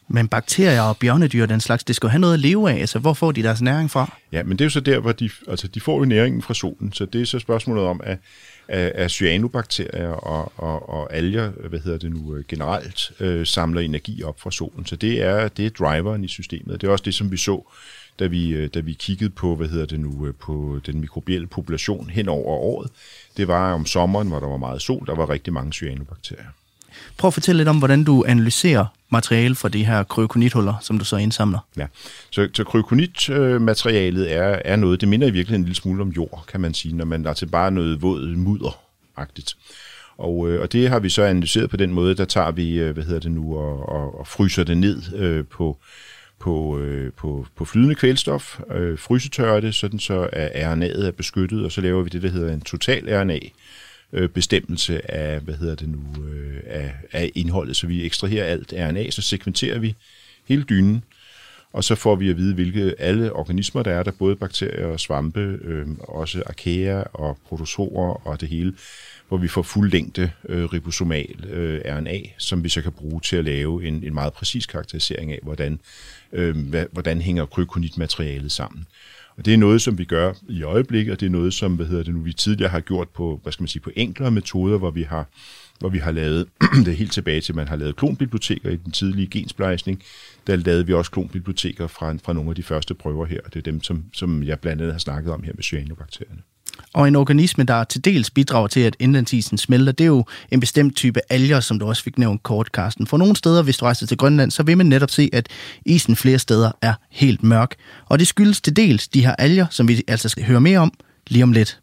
Speaker 1: Men bakterier og bjørnedyr, den slags, det skal jo have noget at leve af. Altså, hvor får de deres næring fra?
Speaker 2: Ja, men det er jo så der, hvor de, altså, de får jo næringen fra solen. Så det er så spørgsmålet om, at, at, at cyanobakterier og, og, og alger, hvad hedder det nu, generelt øh, samler energi op fra solen. Så det er, det er driveren i systemet. Det er også det, som vi så, da vi, da vi kiggede på, hvad hedder det nu, på den mikrobielle population hen over året. Det var om sommeren, hvor der var meget sol, der var rigtig mange cyanobakterier.
Speaker 1: Prøv at fortælle lidt om, hvordan du analyserer materiale fra de her kryokonithuller, som du så indsamler.
Speaker 2: Ja, så, så kryokonitmaterialet er, er noget, det minder i virkeligheden en lille smule om jord, kan man sige, når man altså bare noget våd mudder-agtigt. Og, og det har vi så analyseret på den måde, der tager vi, hvad hedder det nu, og, og, og fryser det ned øh, på, på, øh, på, på flydende kvælstof, øh, frysetørrer det, sådan så at R N A'et er beskyttet, og så laver vi det, der hedder en total R N A, bestemmelse af, hvad hedder det nu, øh, af, af indholdet. Så vi ekstraherer alt R N A, så sekventerer vi hele dynen, og så får vi at vide, hvilke alle organismer, der er der, både bakterier og svampe, øh, også archaea og protozoer og det hele, hvor vi får fuld længde øh, ribosomal øh, R N A, som vi så kan bruge til at lave en, en meget præcis karakterisering af, hvordan, øh, hvad, hvordan hænger kryokonitmaterialet sammen. Og det er noget, som vi gør i øjeblikket, og det er noget, som hvad hedder det nu, vi tidligere har gjort på, hvad skal man sige, på enklere metoder, hvor vi har, hvor vi har lavet det helt tilbage til, at man har lavet klonbiblioteker i den tidlige gensplejsning. Der lavede vi også klonbiblioteker fra, fra nogle af de første prøver her, og det er dem, som, som jeg blandt andet har snakket om her med cyanobakterierne.
Speaker 1: Og en organisme, der til dels bidrager til, at indlandsisen smelter, det er jo en bestemt type alger, som du også fik nævnt kort, Carsten. For nogle steder, hvis du rejser til Grønland, så vil man netop se, at isen flere steder er helt mørk. Og det skyldes til dels de her alger, som vi altså skal høre mere om lige om lidt.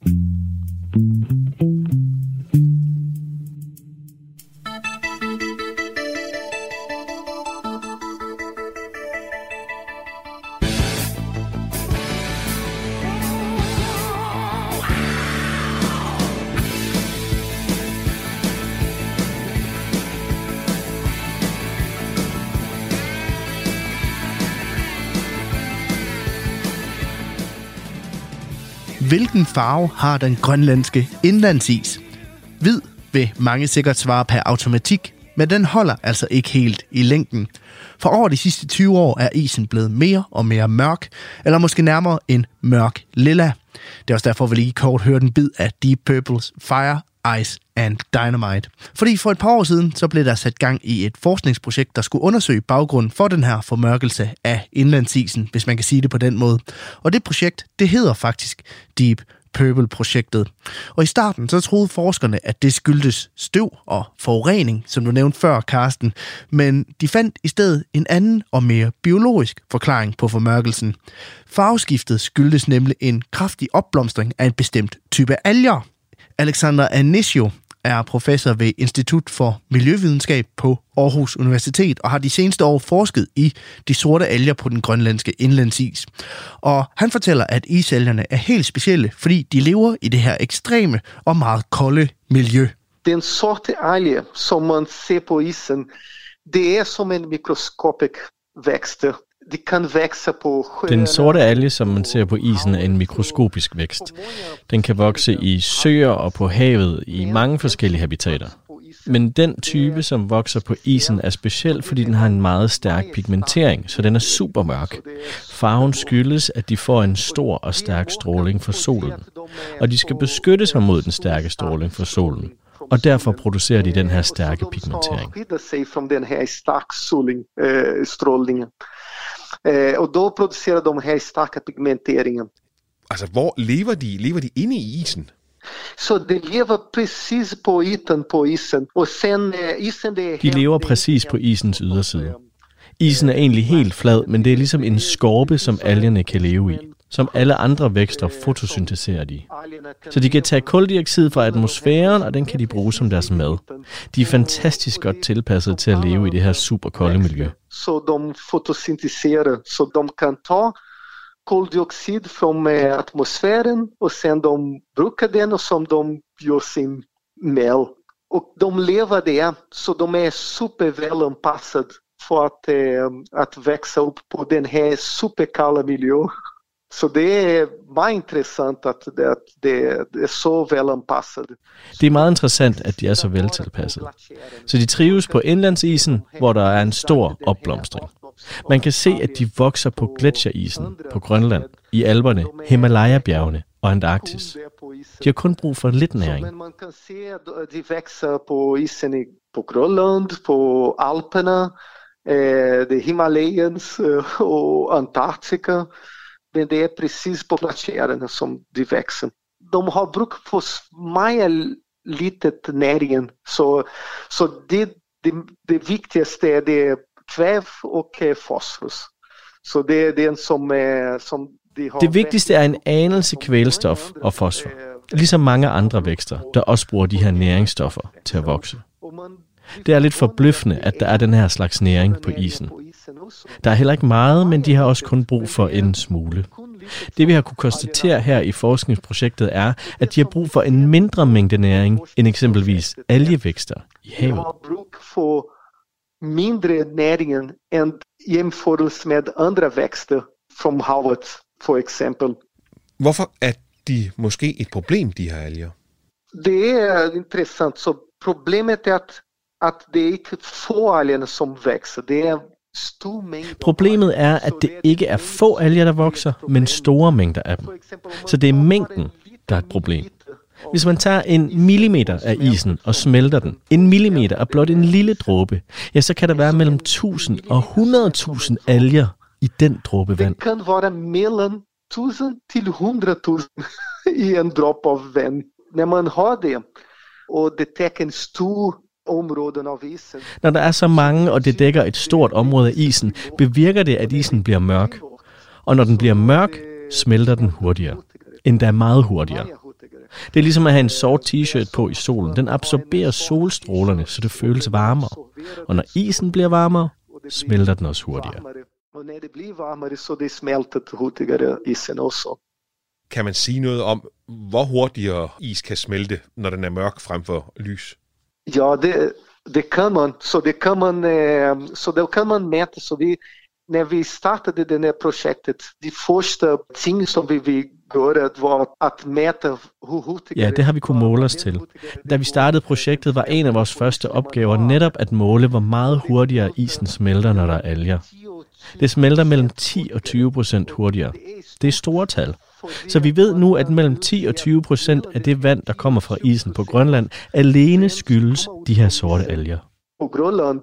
Speaker 1: Hvilken farve har den grønlandske indlandsis? Hvid vil mange sikkert svare per automatik, men den holder altså ikke helt i længden. For over de sidste tyve år er isen blevet mere og mere mørk, eller måske nærmere en mørk lilla. Det er også derfor, vi lige kort hørte en bid af Deep Purples Fire, Ice and Dynamite. Fordi for et par år siden, så blev der sat gang i et forskningsprojekt, der skulle undersøge baggrunden for den her formørkelse af indlandsisen, hvis man kan sige det på den måde. Og det projekt, det hedder faktisk Deep Purple-projektet. Og i starten, så troede forskerne, at det skyldtes støv og forurening, som du nævnte før, Carsten. Men de fandt i stedet en anden og mere biologisk forklaring på formørkelsen. Farveskiftet skyldtes nemlig en kraftig opblomstring af en bestemt type alger. Alexander Anisio er professor ved Institut for Miljøvidenskab på Aarhus Universitet og har de seneste år forsket i de sorte alger på den grønlandske indlandsis. Og han fortæller, at isalgerne er helt specielle, fordi de lever i det her ekstreme og meget kolde miljø.
Speaker 3: Den sorte alge, som man ser på isen, det er som en mikroskopisk vækst. De kan vækse på
Speaker 4: Den sorte alge, som man ser på isen, er en mikroskopisk vækst. Den kan vokse i søer og på havet i mange forskellige habitater. Men den type, som vokser på isen, er speciel, fordi den har en meget stærk pigmentering, så den er super mørk. Farven skyldes, at de får en stor og stærk stråling fra solen, og de skal beskytte sig mod den stærke stråling fra solen. Og derfor producerer de den her stærke pigmentering.
Speaker 3: Uh, og då producerer de her stærke pigmenteringer.
Speaker 5: Altså, hvor lever de? Lever de inde i isen?
Speaker 3: Så de lever præcis på isen på isen. Og sen, uh, isen det er
Speaker 4: de lever præcis på isens yderside. Isen er egentlig helt flad, men det er ligesom en skorpe, som algerne kan leve i. Som alle andre vækster fotosynteserer de. Så de kan tage kuldioxid fra atmosfæren, og den kan de bruge som deres mad. De er fantastisk godt tilpasset til at leve i det her superkolde miljø.
Speaker 3: Så de fotosynteserer, så de kan tage kuldioxid fra atmosfæren, og sen de bruger den, som de gør sin mel. Og de lever der, så de er super vel anpasset for at, at vækse op på den her superkolde miljø. Så det er meget interessant, at det, at det er så velanpasset.
Speaker 4: Det er meget interessant, at de er så veltilpasset. Så de trives på indlandsisen, hvor der er en stor opblomstring. Man kan se, at de vokser på gletsjerisen på Grønland, i Alperne, Himalaya-bjergene og Antarktis. De har kun brug for lidt næring.
Speaker 3: Men man kan se, at de vækster på isen på Grønland, på Alperne, det Himalayas og Antarktika. Men det er præcis på gletsjererne, som de vækster. De har brug for meget lite næring, så, så det, det, det vigtigste er det kvæv og fosfor. Så det er den, som, som de har.
Speaker 4: Det vigtigste er en anelse kvælstof og fosfor, ligesom mange andre vækster, der også bruger de her næringsstoffer til at vokse. Det er lidt forbløffende, at der er den her slags næring på isen. Der er heller ikke meget, men de har også kun brug for en smule. Det vi har kunne konstatere her i forskningsprojektet er, at de har brug for en mindre mængde næring end eksempelvis algevækster i havet.
Speaker 3: De har brug for mindre næring end jæmförelse med andre vækster fra havet, for eksempel.
Speaker 5: Hvorfor er de måske et problem, de her alger?
Speaker 3: Det er interessant. Så problemet er, at, at det ikke er få alger, som vækster. Det er store mængder.
Speaker 4: Problemet er, at det ikke er få alger, der vokser, men store mængder af dem. Så det er mængden, der er et problem. Hvis man tager en millimeter af isen og smelter den, en millimeter er blot en lille dråbe, ja, så kan der være mellem tusind og hundrede tusind alger i den dråbe vand.
Speaker 3: Det kan være mellem tusind til hundrede tusind i en dråbe af vand. Når man har det, og det dækker en stor område af isen.
Speaker 4: Når der er så mange, og det dækker et stort område af isen, bevirker det, at isen bliver mørk. Og når den bliver mørk, smelter den hurtigere. Endda meget hurtigere. Det er ligesom at have en sort t-shirt på i solen. Den absorberer solstrålerne, så det føles varmere. Og når isen bliver varmere, smelter den også hurtigere.
Speaker 3: Og når det bliver varmere, så det smelter hurtigere isen også.
Speaker 5: Kan man sige noget om, hvor hurtigere is kan smelte, når den er mørk frem for lys?
Speaker 3: Ja, det, det kan man. Så det kan man, eh, så det kan man mætte. Så vi, når vi startede det her projektet, de første ting, som vi vil gøre, var at mætte hvor hurtigere.
Speaker 4: Ja, det har vi kunne måle os til. Da vi startede projektet, var en af vores første opgaver netop at måle, hvor meget hurtigere isen smelter, når der er alger. Det smelter mellem ti og tyve procent hurtigere. Det er store tal. Så vi ved nu, at mellem ti og tyve procent af det vand, der kommer fra isen på Grønland, alene skyldes de her sorte alger.
Speaker 3: På Grønland,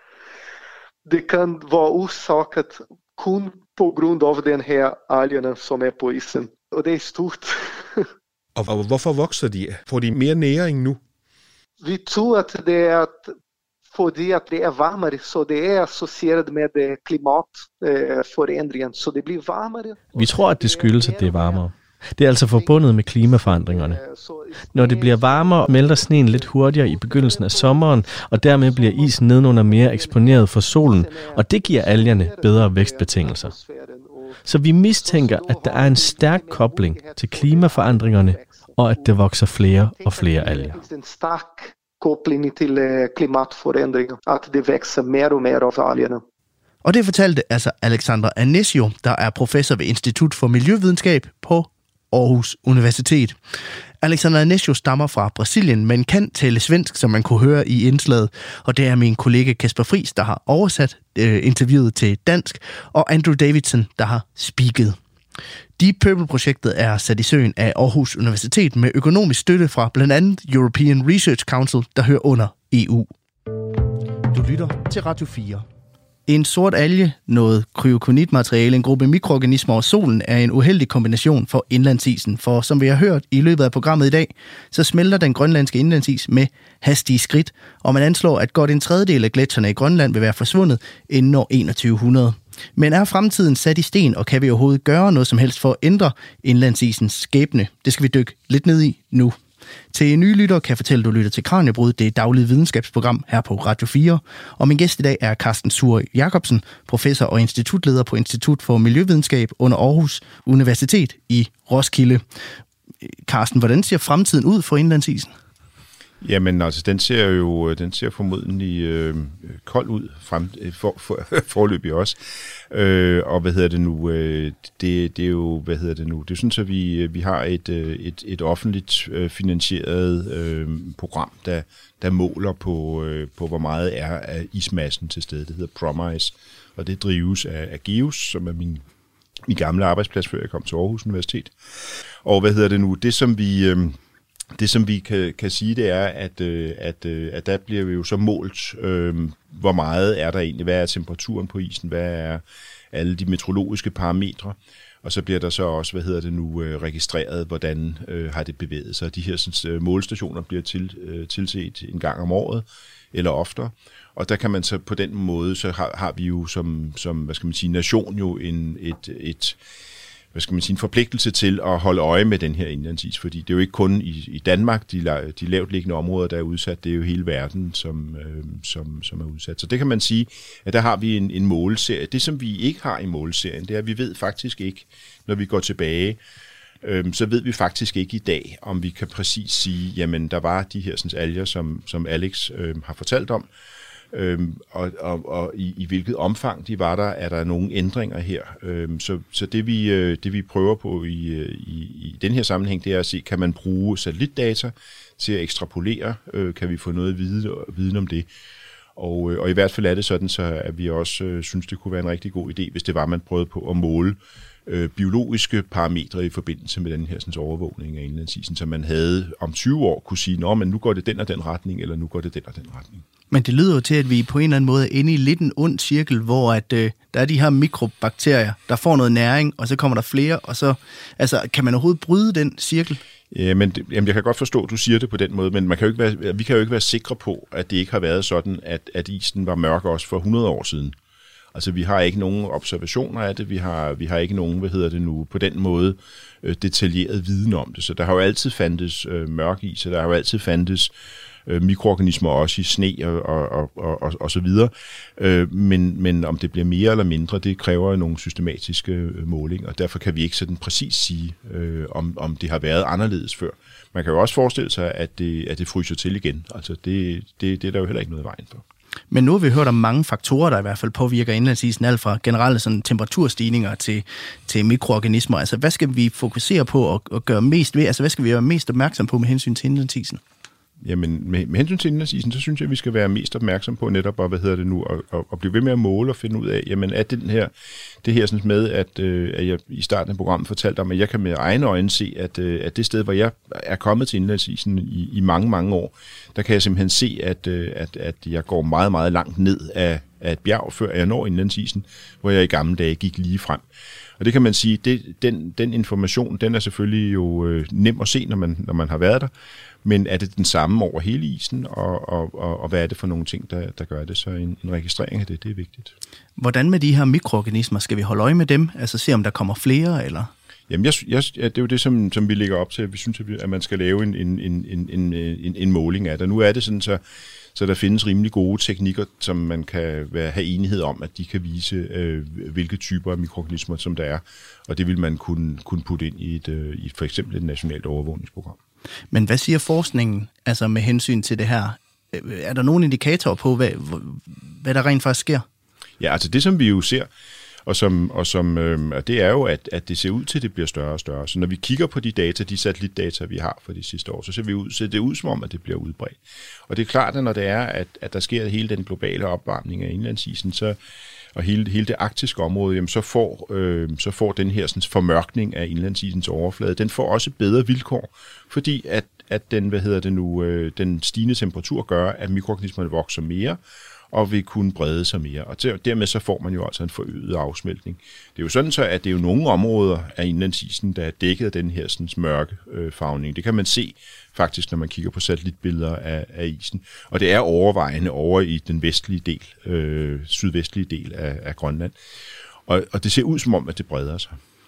Speaker 3: det kan være ursakket kun på grund af den her algerne, som er på isen. Og det er stort.
Speaker 5: Og hvorfor vokser de? Får de mere næring nu?
Speaker 3: Vi tror, at det er fordi at det er varmere, så det er associeret med klimatforandringen, så det bliver varmere.
Speaker 4: Vi tror, at det skyldes, at det er varmere. Det er altså forbundet med klimaforandringerne. Når det bliver varmere, smelter sneen lidt hurtigere i begyndelsen af sommeren, og dermed bliver isen nedenunder mere eksponeret for solen, og det giver algerne bedre vækstbetingelser. Så vi mistænker, at der er en stærk kobling til klimaforandringerne, og at det vokser flere og flere alger.
Speaker 3: En stærk kobling til klimatforandringer, at det vækser mere og mere af algerne.
Speaker 1: Og det fortalte altså Alexandra Anesio, der er professor ved Institut for Miljøvidenskab på Aarhus Universitet. Alexandra Anesio stammer fra Brasilien, men kan tale svensk, som man kunne høre i indslaget. Og det er min kollega Kasper Friis, der har oversat øh, interviewet til dansk, og Andrew Davidson, der har speaket. Deep Purple-projektet er sat i søen af Aarhus Universitet med økonomisk støtte fra blandt andet European Research Council, der hører under E U. Du lytter til Radio fire. En sort alge, noget kryokonitmateriale, en gruppe mikroorganismer og solen er en uheldig kombination for indlandsisen. For som vi har hørt i løbet af programmet i dag, så smelter den grønlandske indlandsis med hastige skridt, og man anslår, at godt en tredjedel af gletsjerne i Grønland vil være forsvundet inden år enogtyve hundrede. Men er fremtiden sat i sten, og kan vi overhovedet gøre noget som helst for at ændre indlandsisens skæbne? Det skal vi dykke lidt ned i nu. Til nye lyttere kan jeg fortælle, at du lytter til Kraniebrud, det er et dagligt videnskabsprogram her på Radio fire. Og min gæst i dag er Carsten Suhr Jacobsen, professor og institutleder på Institut for Miljøvidenskab under Aarhus Universitet i Roskilde. Carsten, hvordan ser fremtiden ud for indlandsisen?
Speaker 2: Jamen altså, den ser jo den ser formodentlig øh, kold ud frem for, for, forløbig også. Øh, og hvad hedder det nu? Øh, det, det er jo hvad hedder det nu? Det er sådan, at vi vi har et et et offentligt øh, finansieret øh, program, der der måler på øh, på hvor meget er af ismassen til stede. Det hedder PROMISE, og det drives af, af GEOS, som er min min gamle arbejdsplads, før jeg kom til Aarhus Universitet. Og hvad hedder det nu? Det som vi øh, Det, som vi kan, kan sige, det er, at, at, at der bliver vi jo så målt, øh, hvor meget er der egentlig, hvad er temperaturen på isen, hvad er alle de meteorologiske parametre, og så bliver der så også, hvad hedder det nu, registreret, hvordan øh, har det bevæget sig. De her sådan, målestationer bliver til, øh, tilset en gang om året, eller oftere, og der kan man så på den måde, så har, har vi jo som, som, hvad skal man sige, nation jo en, et, et hvad skal man sige, en forpligtelse til at holde øje med den her indlandsis, fordi det er jo ikke kun i, i Danmark, de, de lavt liggende områder, der er udsat, det er jo hele verden, som, øh, som, som er udsat. Så det kan man sige, at der har vi en, en målserie. Det, som vi ikke har i målserien, det er, at vi ved faktisk ikke, når vi går tilbage, øh, så ved vi faktisk ikke i dag, om vi kan præcis sige, jamen der var de her sådan, alger, som, som Alex øh, har fortalt om, Øhm, og og, og i, i hvilket omfang de var der, er der nogle ændringer her. Øhm, så så det, vi, øh, det vi prøver på i, i, i den her sammenhæng, det er at se, kan man bruge satellitdata til at ekstrapolere? Øh, kan vi få noget viden, viden om det? Og, øh, og i hvert fald er det sådan, så at vi også øh, synes, det kunne være en rigtig god idé, hvis det var, man prøvede på at måle øh, biologiske parametre i forbindelse med den her sådan, overvågning af indlandsisen, så man havde om tyve år kunne sige, nå, men nu går det den og den retning, eller nu går det den og den retning.
Speaker 1: Men det lyder jo til, at vi på en eller anden måde er inde i lidt en ond cirkel, hvor at, øh, der er de her mikrobakterier, der får noget næring, og så kommer der flere, og så altså, kan man overhovedet bryde den cirkel?
Speaker 2: Ja, men det, jamen, jeg kan godt forstå, at du siger det på den måde, men man kan jo ikke være, vi kan jo ikke være sikre på, at det ikke har været sådan, at, at isen var mørk også for hundrede år siden. Altså, vi har ikke nogen observationer af det, vi har, vi har ikke nogen, hvad hedder det nu, på den måde øh, detaljeret viden om det. Så der har jo altid fandtes øh, mørk is, og der har jo altid fandtes øh, mikroorganismer også i sne og, og, og, og, og så videre. Øh, men, men om det bliver mere eller mindre, det kræver nogle systematiske øh, målinger, og derfor kan vi ikke sådan præcis sige, øh, om, om det har været anderledes før. Man kan jo også forestille sig, at det, at det fryser til igen. Altså, det, det, det er der jo heller ikke noget i vejen for.
Speaker 1: Men nu har vi hørt om mange faktorer, der i hvert fald påvirker indlandsisen, alt fra generelle sådan, temperaturstigninger til, til mikroorganismer. Altså, hvad skal vi fokusere på og, og gøre mest ved? Altså, hvad skal vi være mest opmærksom på med hensyn til indlandsisen?
Speaker 2: Jamen, med, med hensyn til indlandsisen, så synes jeg, at vi skal være mest opmærksom på netop, og, hvad hedder det nu, og, og, og blive ved med at måle og finde ud af, jamen, er den her, det her sådan med, at, øh, at jeg i starten af programmet fortalte om, at jeg kan med egne øjne se, at, øh, at det sted, hvor jeg er kommet til indlandsisen i, i mange, mange år, der kan jeg simpelthen se, at, øh, at, at jeg går meget, meget langt ned af, af et bjerg, før jeg når indlandsisen, hvor jeg i gamle dage gik lige frem. Og det kan man sige, det, den, den information, den er selvfølgelig jo øh, nem at se, når man, når man har været der, men er det den samme over hele isen, og, og, og, og hvad er det for nogle ting, der, der gør det? Så en, en registrering af det, det er vigtigt. Hvordan
Speaker 1: med de her mikroorganismer? Skal vi holde øje med dem? Altså se, om der kommer flere, eller?
Speaker 2: Jamen, jeg, jeg, det er jo det, som, som vi lægger op til. Vi synes, at man skal lave en, en, en, en, en, en måling af det. Nu er det sådan, så, så der findes rimelig gode teknikker, som man kan være, have enighed om, at de kan vise, øh, hvilke typer af mikroorganismer, som der er. Og det vil man kunne, kunne putte ind i, et, øh, i for eksempel et nationalt overvågningsprogram.
Speaker 1: Men hvad siger forskningen altså med hensyn til det her? Er der nogle indikatorer på, hvad, hvad der rent faktisk sker?
Speaker 2: Ja, altså det, som vi jo ser, og som, og som øh, det er jo, at, at det ser ud til, at det bliver større og større. Så når vi kigger på de data, de satellitdata, vi har for de sidste år, så ser, vi ud, ser det ud som om, at det bliver udbredt. Og det er klart, at når det er, at, at der sker hele den globale opvarmning af indlandsisen, så og hele, hele det arktiske område, jamen, så, får, øh, så får den her sådan, formørkning af indlandsisens overflade, den får også bedre vilkår, fordi at, at den, hvad hedder det nu, øh, den stigende temperatur gør, at mikroorganismerne vokser mere, og vil kunne brede sig mere. Og dermed så får man jo altså en forøget afsmeltning. Det er jo sådan så, at det er jo nogle områder af indlandsisen, der er dækket af den her sådan, mørke øh, farvning. Det kan man se faktisk, når man kigger på satellitbilleder af, af isen. Og det er overvejende over i den vestlige del, øh, sydvestlige del af, af Grønland. Og, og det ser ud som om, at det breder sig.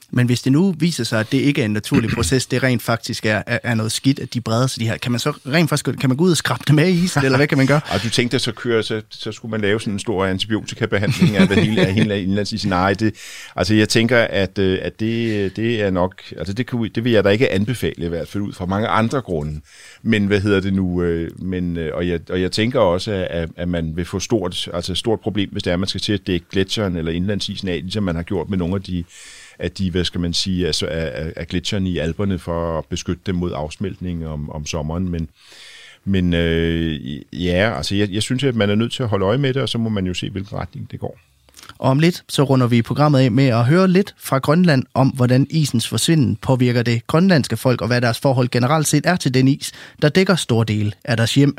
Speaker 1: Men hvis det nu viser sig, at det ikke er en naturlig proces, det rent faktisk er, er, er noget skidt, at de breder sig de her, kan man så rent faktisk kan man gå ud og skrabe dem af i isen, eller hvad kan man gøre?
Speaker 2: Og du tænkte, at så, køre, så, så skulle man lave sådan en stor antibiotikabehandling af det hele af hele indlandsisen. Nej, det, altså jeg tænker, at, at det, det er nok, altså det, kan, det vil jeg da ikke anbefale i hvert fald ud fra mange andre grunde. Men hvad hedder det nu? Men, og, jeg, og jeg tænker også, at, at man vil få stort, altså et stort problem, hvis det er, at man skal til at dække gletsjeren eller indlandsisen af, ligesom man har gjort med nogle af de af de, hvad skal man sige, altså af, af gletsjerne i Alperne for at beskytte dem mod afsmeltning om, om sommeren. Men, men øh, ja, altså jeg, jeg synes, at man er nødt til at holde øje med det, og så må man jo se, hvilken retning det går.
Speaker 1: Og om lidt, så runder vi programmet af med at høre lidt fra Grønland om, hvordan isens forsvinden påvirker det grønlandske folk, og hvad deres forhold generelt set er til den is, der dækker store dele af deres hjem.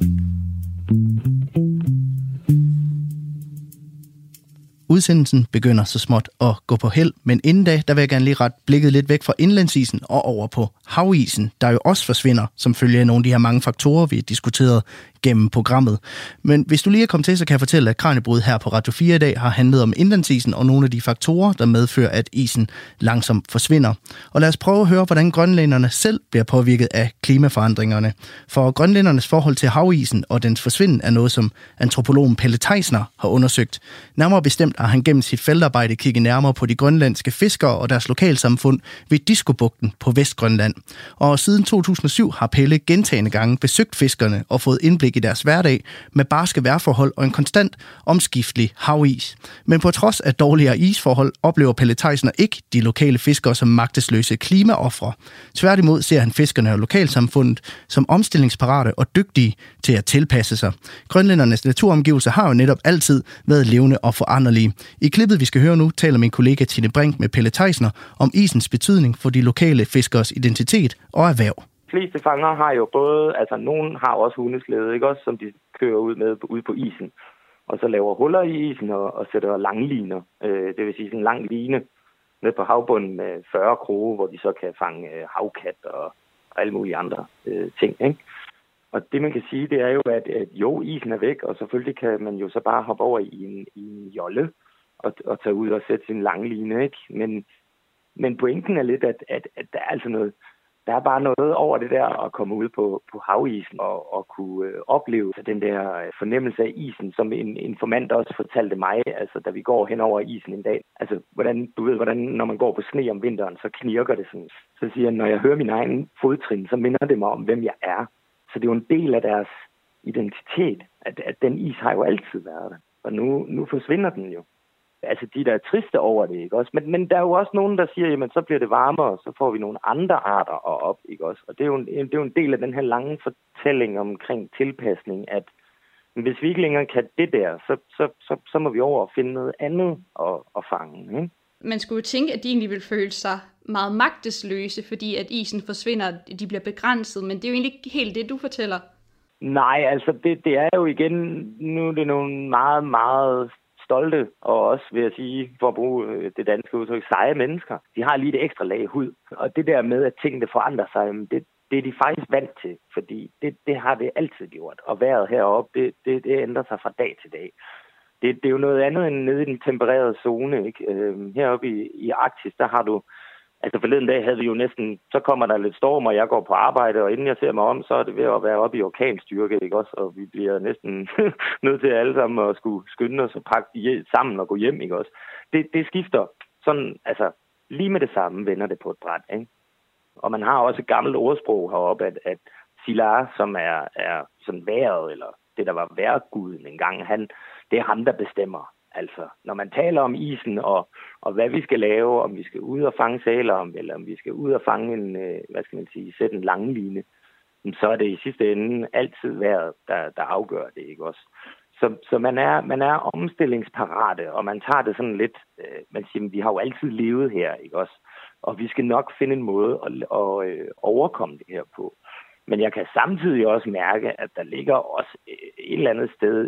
Speaker 1: Udsendelsen begynder så småt at gå på held, men inden da, der vil jeg gerne lige rette blikket lidt væk fra indlandsisen og over på havisen, der jo også forsvinder, som følge af nogle af de her mange faktorer, vi har diskuteret gennem programmet. Men hvis du lige er kommet til, så kan jeg fortælle, at Kraniebrud her på Radio fire i dag har handlet om indlandsisen og nogle af de faktorer, der medfører, at isen langsomt forsvinder. Og lad os prøve at høre, hvordan grønlænderne selv bliver påvirket af klimaforandringerne. For grønlændernes forhold til havisen og dens forsvinden er noget, som antropologen Pelle Teisner har undersøgt. Nærmere bestemt har han gennem sit feltarbejde kigget nærmere på de grønlandske fiskere og deres lokalsamfund ved Diskobugten på Vestgrønland. Og siden to tusind og syv har Pelle gentagne gange besøgt fiskerne og fået indblik i deres hverdag med barske vejrforhold og en konstant omskiftelig havis. Men på trods af dårligere isforhold oplever Pelle Teisner ikke de lokale fiskere som magtesløse klimaofre. Tværtimod ser han fiskerne og lokalsamfundet som omstillingsparate og dygtige til at tilpasse sig. Grønlændernes naturomgivelser har jo netop altid været levende og foranderlige. I klippet, vi skal høre nu, taler min kollega Tine Brink med Pelle Teisner om isens betydning for de lokale fiskeres identitet og erhverv.
Speaker 6: De fleste fanger har jo både, altså nogen har også hundeslæde, ikke også, som de kører ud med ude på isen, og så laver huller i isen og, og sætter langliner, øh, det vil sige sådan en lang line ned på havbunden med fyrre kroge, hvor de så kan fange øh, havkat og, og alle mulige andre øh, ting, ikke? Og det man kan sige, det er jo, at, at jo, isen er væk, og selvfølgelig kan man jo så bare hoppe over i en, i en jolle og, og tage ud og sætte sin langline, ikke? Men, men pointen er lidt, at, at, at der er altså noget, der er bare noget over det der at komme ud på, på havisen og, og kunne øh, opleve den der fornemmelse af isen, som en informant også fortalte mig, altså da vi går hen over isen en dag. Altså, hvordan, du ved, hvordan når man går på sne om vinteren, så knirker det sådan. Så siger han, når jeg hører min egen fodtrin, så minder det mig om, hvem jeg er. Så det er jo en del af deres identitet, at, at den is har jo altid været der. Og nu, nu forsvinder den jo. Altså, de der er triste over det, ikke også? Men, men der er jo også nogen, der siger, jamen, så bliver det varmere, så får vi nogle andre arter op, ikke også? Og det er jo en, det er jo en del af den her lange fortælling omkring tilpasning, at hvis vi ikke længere kan det der, så, så, så, så må vi over og finde noget andet at, at fange, ikke?
Speaker 7: Man skulle jo tænke, at de egentlig vil føle sig meget magtesløse, fordi at isen forsvinder, de bliver begrænset, men det er jo egentlig ikke helt det, du fortæller. Nej, altså det, det er jo igen, nu er det nogle meget, meget stolte, og også, vil jeg sige, for at bruge det danske udtryk, seje mennesker. De har lige det ekstra lag hud. Og det der med, at tingene forandrer sig, det, det er de faktisk vant til, fordi det, det har det altid gjort. Og vejret heroppe, det, det, det ændrer sig fra dag til dag. Det, det er jo noget andet end nede i den tempererede zone, ikke? Øhm, heroppe i, i Arktis, der har du, altså forleden dag havde vi jo næsten, så kommer der lidt storm, og jeg går på arbejde, og inden jeg ser mig om, så er det ved at være oppe i orkanstyrke, ikke også? Og vi bliver næsten nødt til alle sammen at skulle skynde os og pakke sammen og gå hjem, ikke også? Det, det skifter sådan, altså lige med det samme vender det på et bræt, ikke? Og man har også et gammelt ordsprog heroppe, at, at Silar, som er, er sådan vejret, eller det der var vejrguden engang, han, det er ham, der bestemmer. Altså, når man taler om isen og, og hvad vi skal lave, om vi skal ud og fange sæler, eller om vi skal ud og fange en, hvad skal man sige, sætte en langline, så er det i sidste ende altid vejret, der, der afgør det, ikke også? Så, så man er, man er omstillingsparate, og man tager det sådan lidt, øh, man siger, vi har jo altid levet her, ikke også? Og vi skal nok finde en måde at, at, at overkomme det her på. Men jeg kan samtidig også mærke, at der ligger også et eller andet sted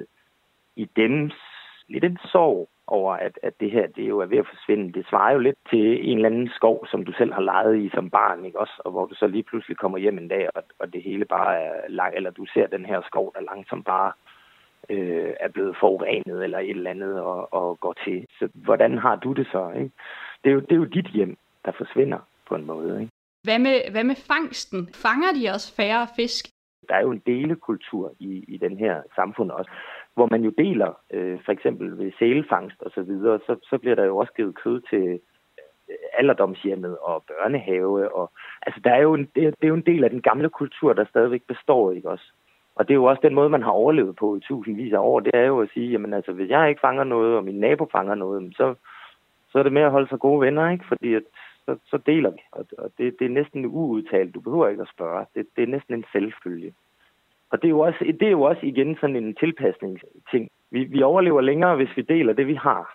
Speaker 7: i dem lidt en sorg over, at, at det her det jo er ved at forsvinde. Det svarer jo lidt til en eller anden skov, som du selv har leget i som barn, ikke også? Og hvor du så lige pludselig kommer hjem en dag, og, og det hele bare er lang, eller du ser den her skov, der langsomt bare øh, er blevet forurenet eller et eller andet og, og går til. Så hvordan har du det så, ikke? Det er jo, det er jo dit hjem,
Speaker 6: der forsvinder på en måde, ikke?
Speaker 7: Hvad med, hvad med fangsten? Fanger de også færre fisk?
Speaker 6: Der er jo en delekultur i, i den her samfund også, hvor man jo deler, øh, for eksempel ved sælfangst og så videre, så, så bliver der jo også givet kød til alderdomshjemmet og børnehave. Og, altså, der er jo en, det, det er jo en del af den gamle kultur, der stadigvæk består, ikke også? Og det er jo også den måde, man har overlevet på i tusindvis af år. Det er jo at sige, jamen altså, hvis jeg ikke fanger noget, og min nabo fanger noget, så, så er det med at holde sig gode venner, ikke? Fordi at, så, så deler vi. Og, og det, det er næsten uudtalt. Du behøver ikke at spørge. Det, det er næsten en selvfølge. Og det er, jo også, det er jo også igen sådan en tilpasningsting. Vi, vi overlever længere, hvis vi deler det, vi har.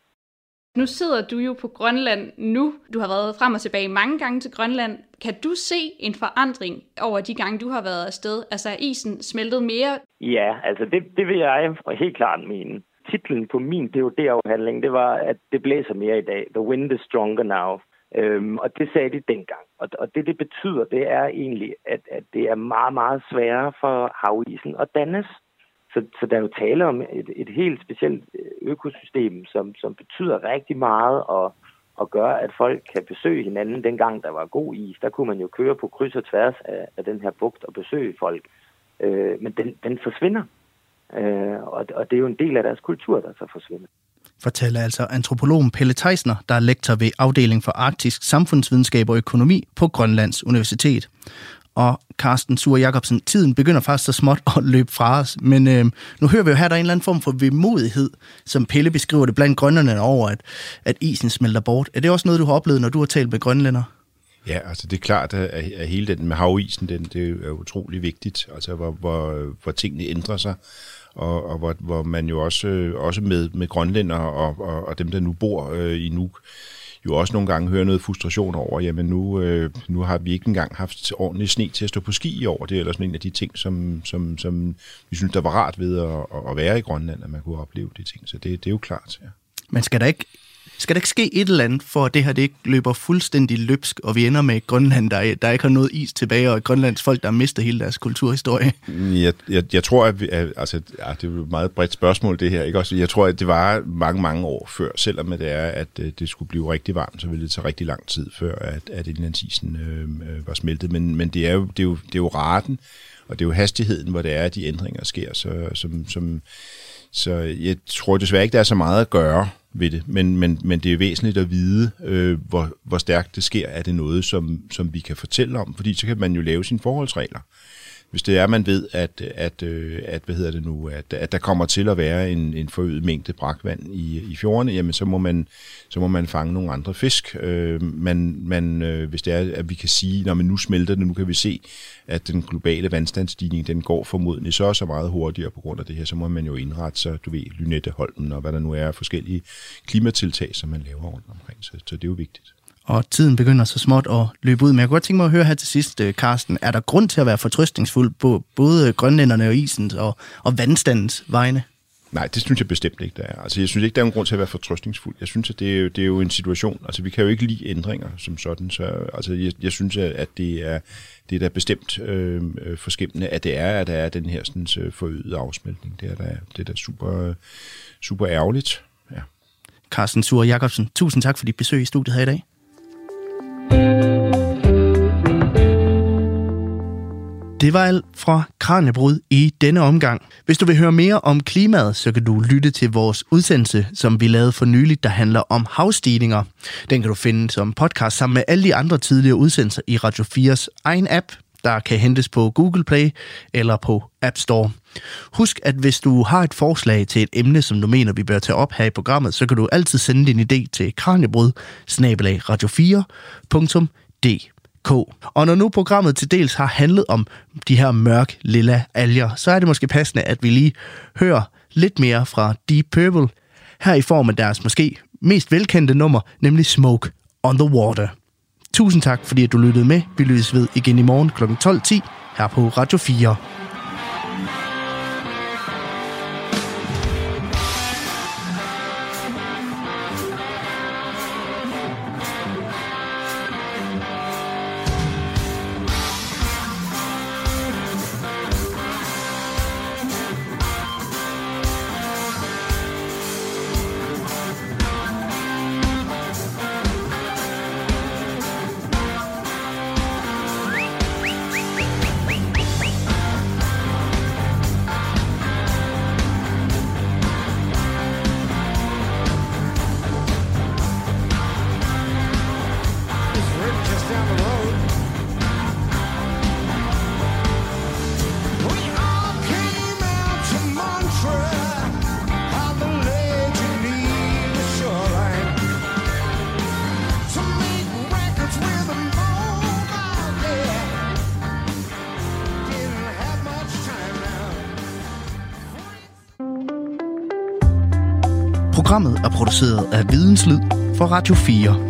Speaker 7: Nu sidder du jo på Grønland nu. Du har været frem og tilbage mange gange til Grønland. Kan du se en forandring over de gange, du har været afsted? Altså er isen smeltet mere?
Speaker 6: Ja, altså det, det vil jeg helt klart mene. Titlen på min D O D-afhandling, det var, at det blæser mere i dag. The wind is stronger now. Øhm, og det sagde de dengang. Og, og det, det betyder, det er egentlig, at, at det er meget, meget sværere for havisen at dannes. Så, så der er jo tale om et, et helt specielt økosystem, som, som betyder rigtig meget og, og gør, at folk kan besøge hinanden. Dengang der var god is, der kunne man jo køre på kryds og tværs af, af den her bugt og besøge folk. Øh, men den, den forsvinder. Øh, og, og det er jo en del af deres kultur, der så forsvinder.
Speaker 1: Fortæller altså antropologen Pelle Teisner, der er lektor ved afdeling for arktisk samfundsvidenskab og økonomi på Grønlands Universitet. Og Carsten Suhr Jacobsen, tiden begynder faktisk så småt at løbe fra os, men øh, nu hører vi jo her, der er en eller anden form for vemodighed, som Pelle beskriver det blandt grønlænderne over, at, at isen smelter bort. Er det også noget, du har oplevet, når du har talt med grønlænder?
Speaker 2: Ja, altså det er klart, at, at hele den med havisen, den, det er utrolig vigtigt, altså hvor, hvor, hvor tingene ændrer sig, og, og hvor, hvor man jo også, også med, med grønlænder og, og, og dem, der nu bor øh, i Nuuk, jo også nogle gange hører noget frustration over, jamen nu, øh, nu har vi ikke engang haft ordentlig sne til at stå på ski i år. Det er ellers en af de ting, som, som, som vi synes, der var rart ved at, at være i Grønland, at man kunne opleve de ting. Så det, det er jo klart, ja.
Speaker 1: Men skal der ikke Skal der ikke ske et eller andet, for at det her det ikke løber fuldstændig løbsk, og vi ender med Grønland, der, der ikke har noget is tilbage, og Grønlands folk, der har mistet hele deres kulturhistorie?
Speaker 2: Jeg, jeg, jeg tror, at, vi, at altså, ja, det er jo et meget bredt spørgsmål, det her. Ikke? Også, jeg tror, at det var mange, mange år før, selvom det er, at det skulle blive rigtig varmt, så ville det tage rigtig lang tid, før at, at indlandsisen øh, var smeltet. Men, men det, er jo, det, er jo, det er jo raten, og det er jo hastigheden, hvor det er, at de ændringer sker. Så, som, som, så jeg tror desværre ikke, der er så meget at gøre ved det, men, men, men det er væsentligt at vide, øh, hvor, hvor stærkt det sker. Er det noget, som, som vi kan fortælle om? Fordi så kan man jo lave sine forholdsregler. Hvis det er, man ved, at, at, at, hvad hedder det nu, at, at der kommer til at være en, en forøget mængde brakvand i, i fjordene, jamen så må man, så må man fange nogle andre fisk. Øh, man, man, øh, hvis det er, at vi kan sige, når man nu smelter det, nu kan vi se, at den globale vandstandsstigning, den går formodentlig så så meget hurtigere på grund af det her, så må man jo indrette sig, du ved, Lynetteholmen og hvad der nu er, forskellige klimatiltag, som man laver rundt omkring. Så, så det er jo vigtigt.
Speaker 1: Og tiden begynder så småt at løbe ud. Men jeg kunne godt tænke mig at høre her til sidst, Carsten. Er der grund til at være fortrøstningsfuld på både grønlænderne og isens og, og vandstandens vegne?
Speaker 2: Nej, det synes jeg bestemt ikke, der er. Altså, jeg synes ikke, der er en grund til at være fortrøstningsfuld. Jeg synes, at det er, jo, det er jo en situation. Altså, vi kan jo ikke lide ændringer som sådan. Så altså, jeg, jeg synes, at det er, det er da bestemt øh, forskæmmende, at det er, at der er den her sådan, forøgede afsmeltning. Det er da, det er da super, super ærgerligt. Ja.
Speaker 1: Carsten Suhr Jacobsen, tusind tak for dit besøg i studiet her i dag. Det var alt fra Kraniebrud i denne omgang. Hvis du vil høre mere om klimaet, så kan du lytte til vores udsendelse, som vi lavede for nyligt, der handler om havstigninger. Den kan du finde som podcast sammen med alle de andre tidligere udsendelser i Radio fires egen app, der kan hentes på Google Play eller på App Store. Husk, at hvis du har et forslag til et emne, som du mener, vi bør tage op her i programmet, så kan du altid sende din idé til kraniebrud bindestreg radio fire punktum d k. Og når nu programmet til dels har handlet om de her mørk lilla alger, så er det måske passende, at vi lige hører lidt mere fra Deep Purple, her i form af deres måske mest velkendte nummer, nemlig Smoke on the Water. Tusind tak, fordi du lyttede med. Vi lyttes ved igen i morgen klokken tolv ti her på Radio fire. Programmet er produceret af Videnslyd for Radio fire.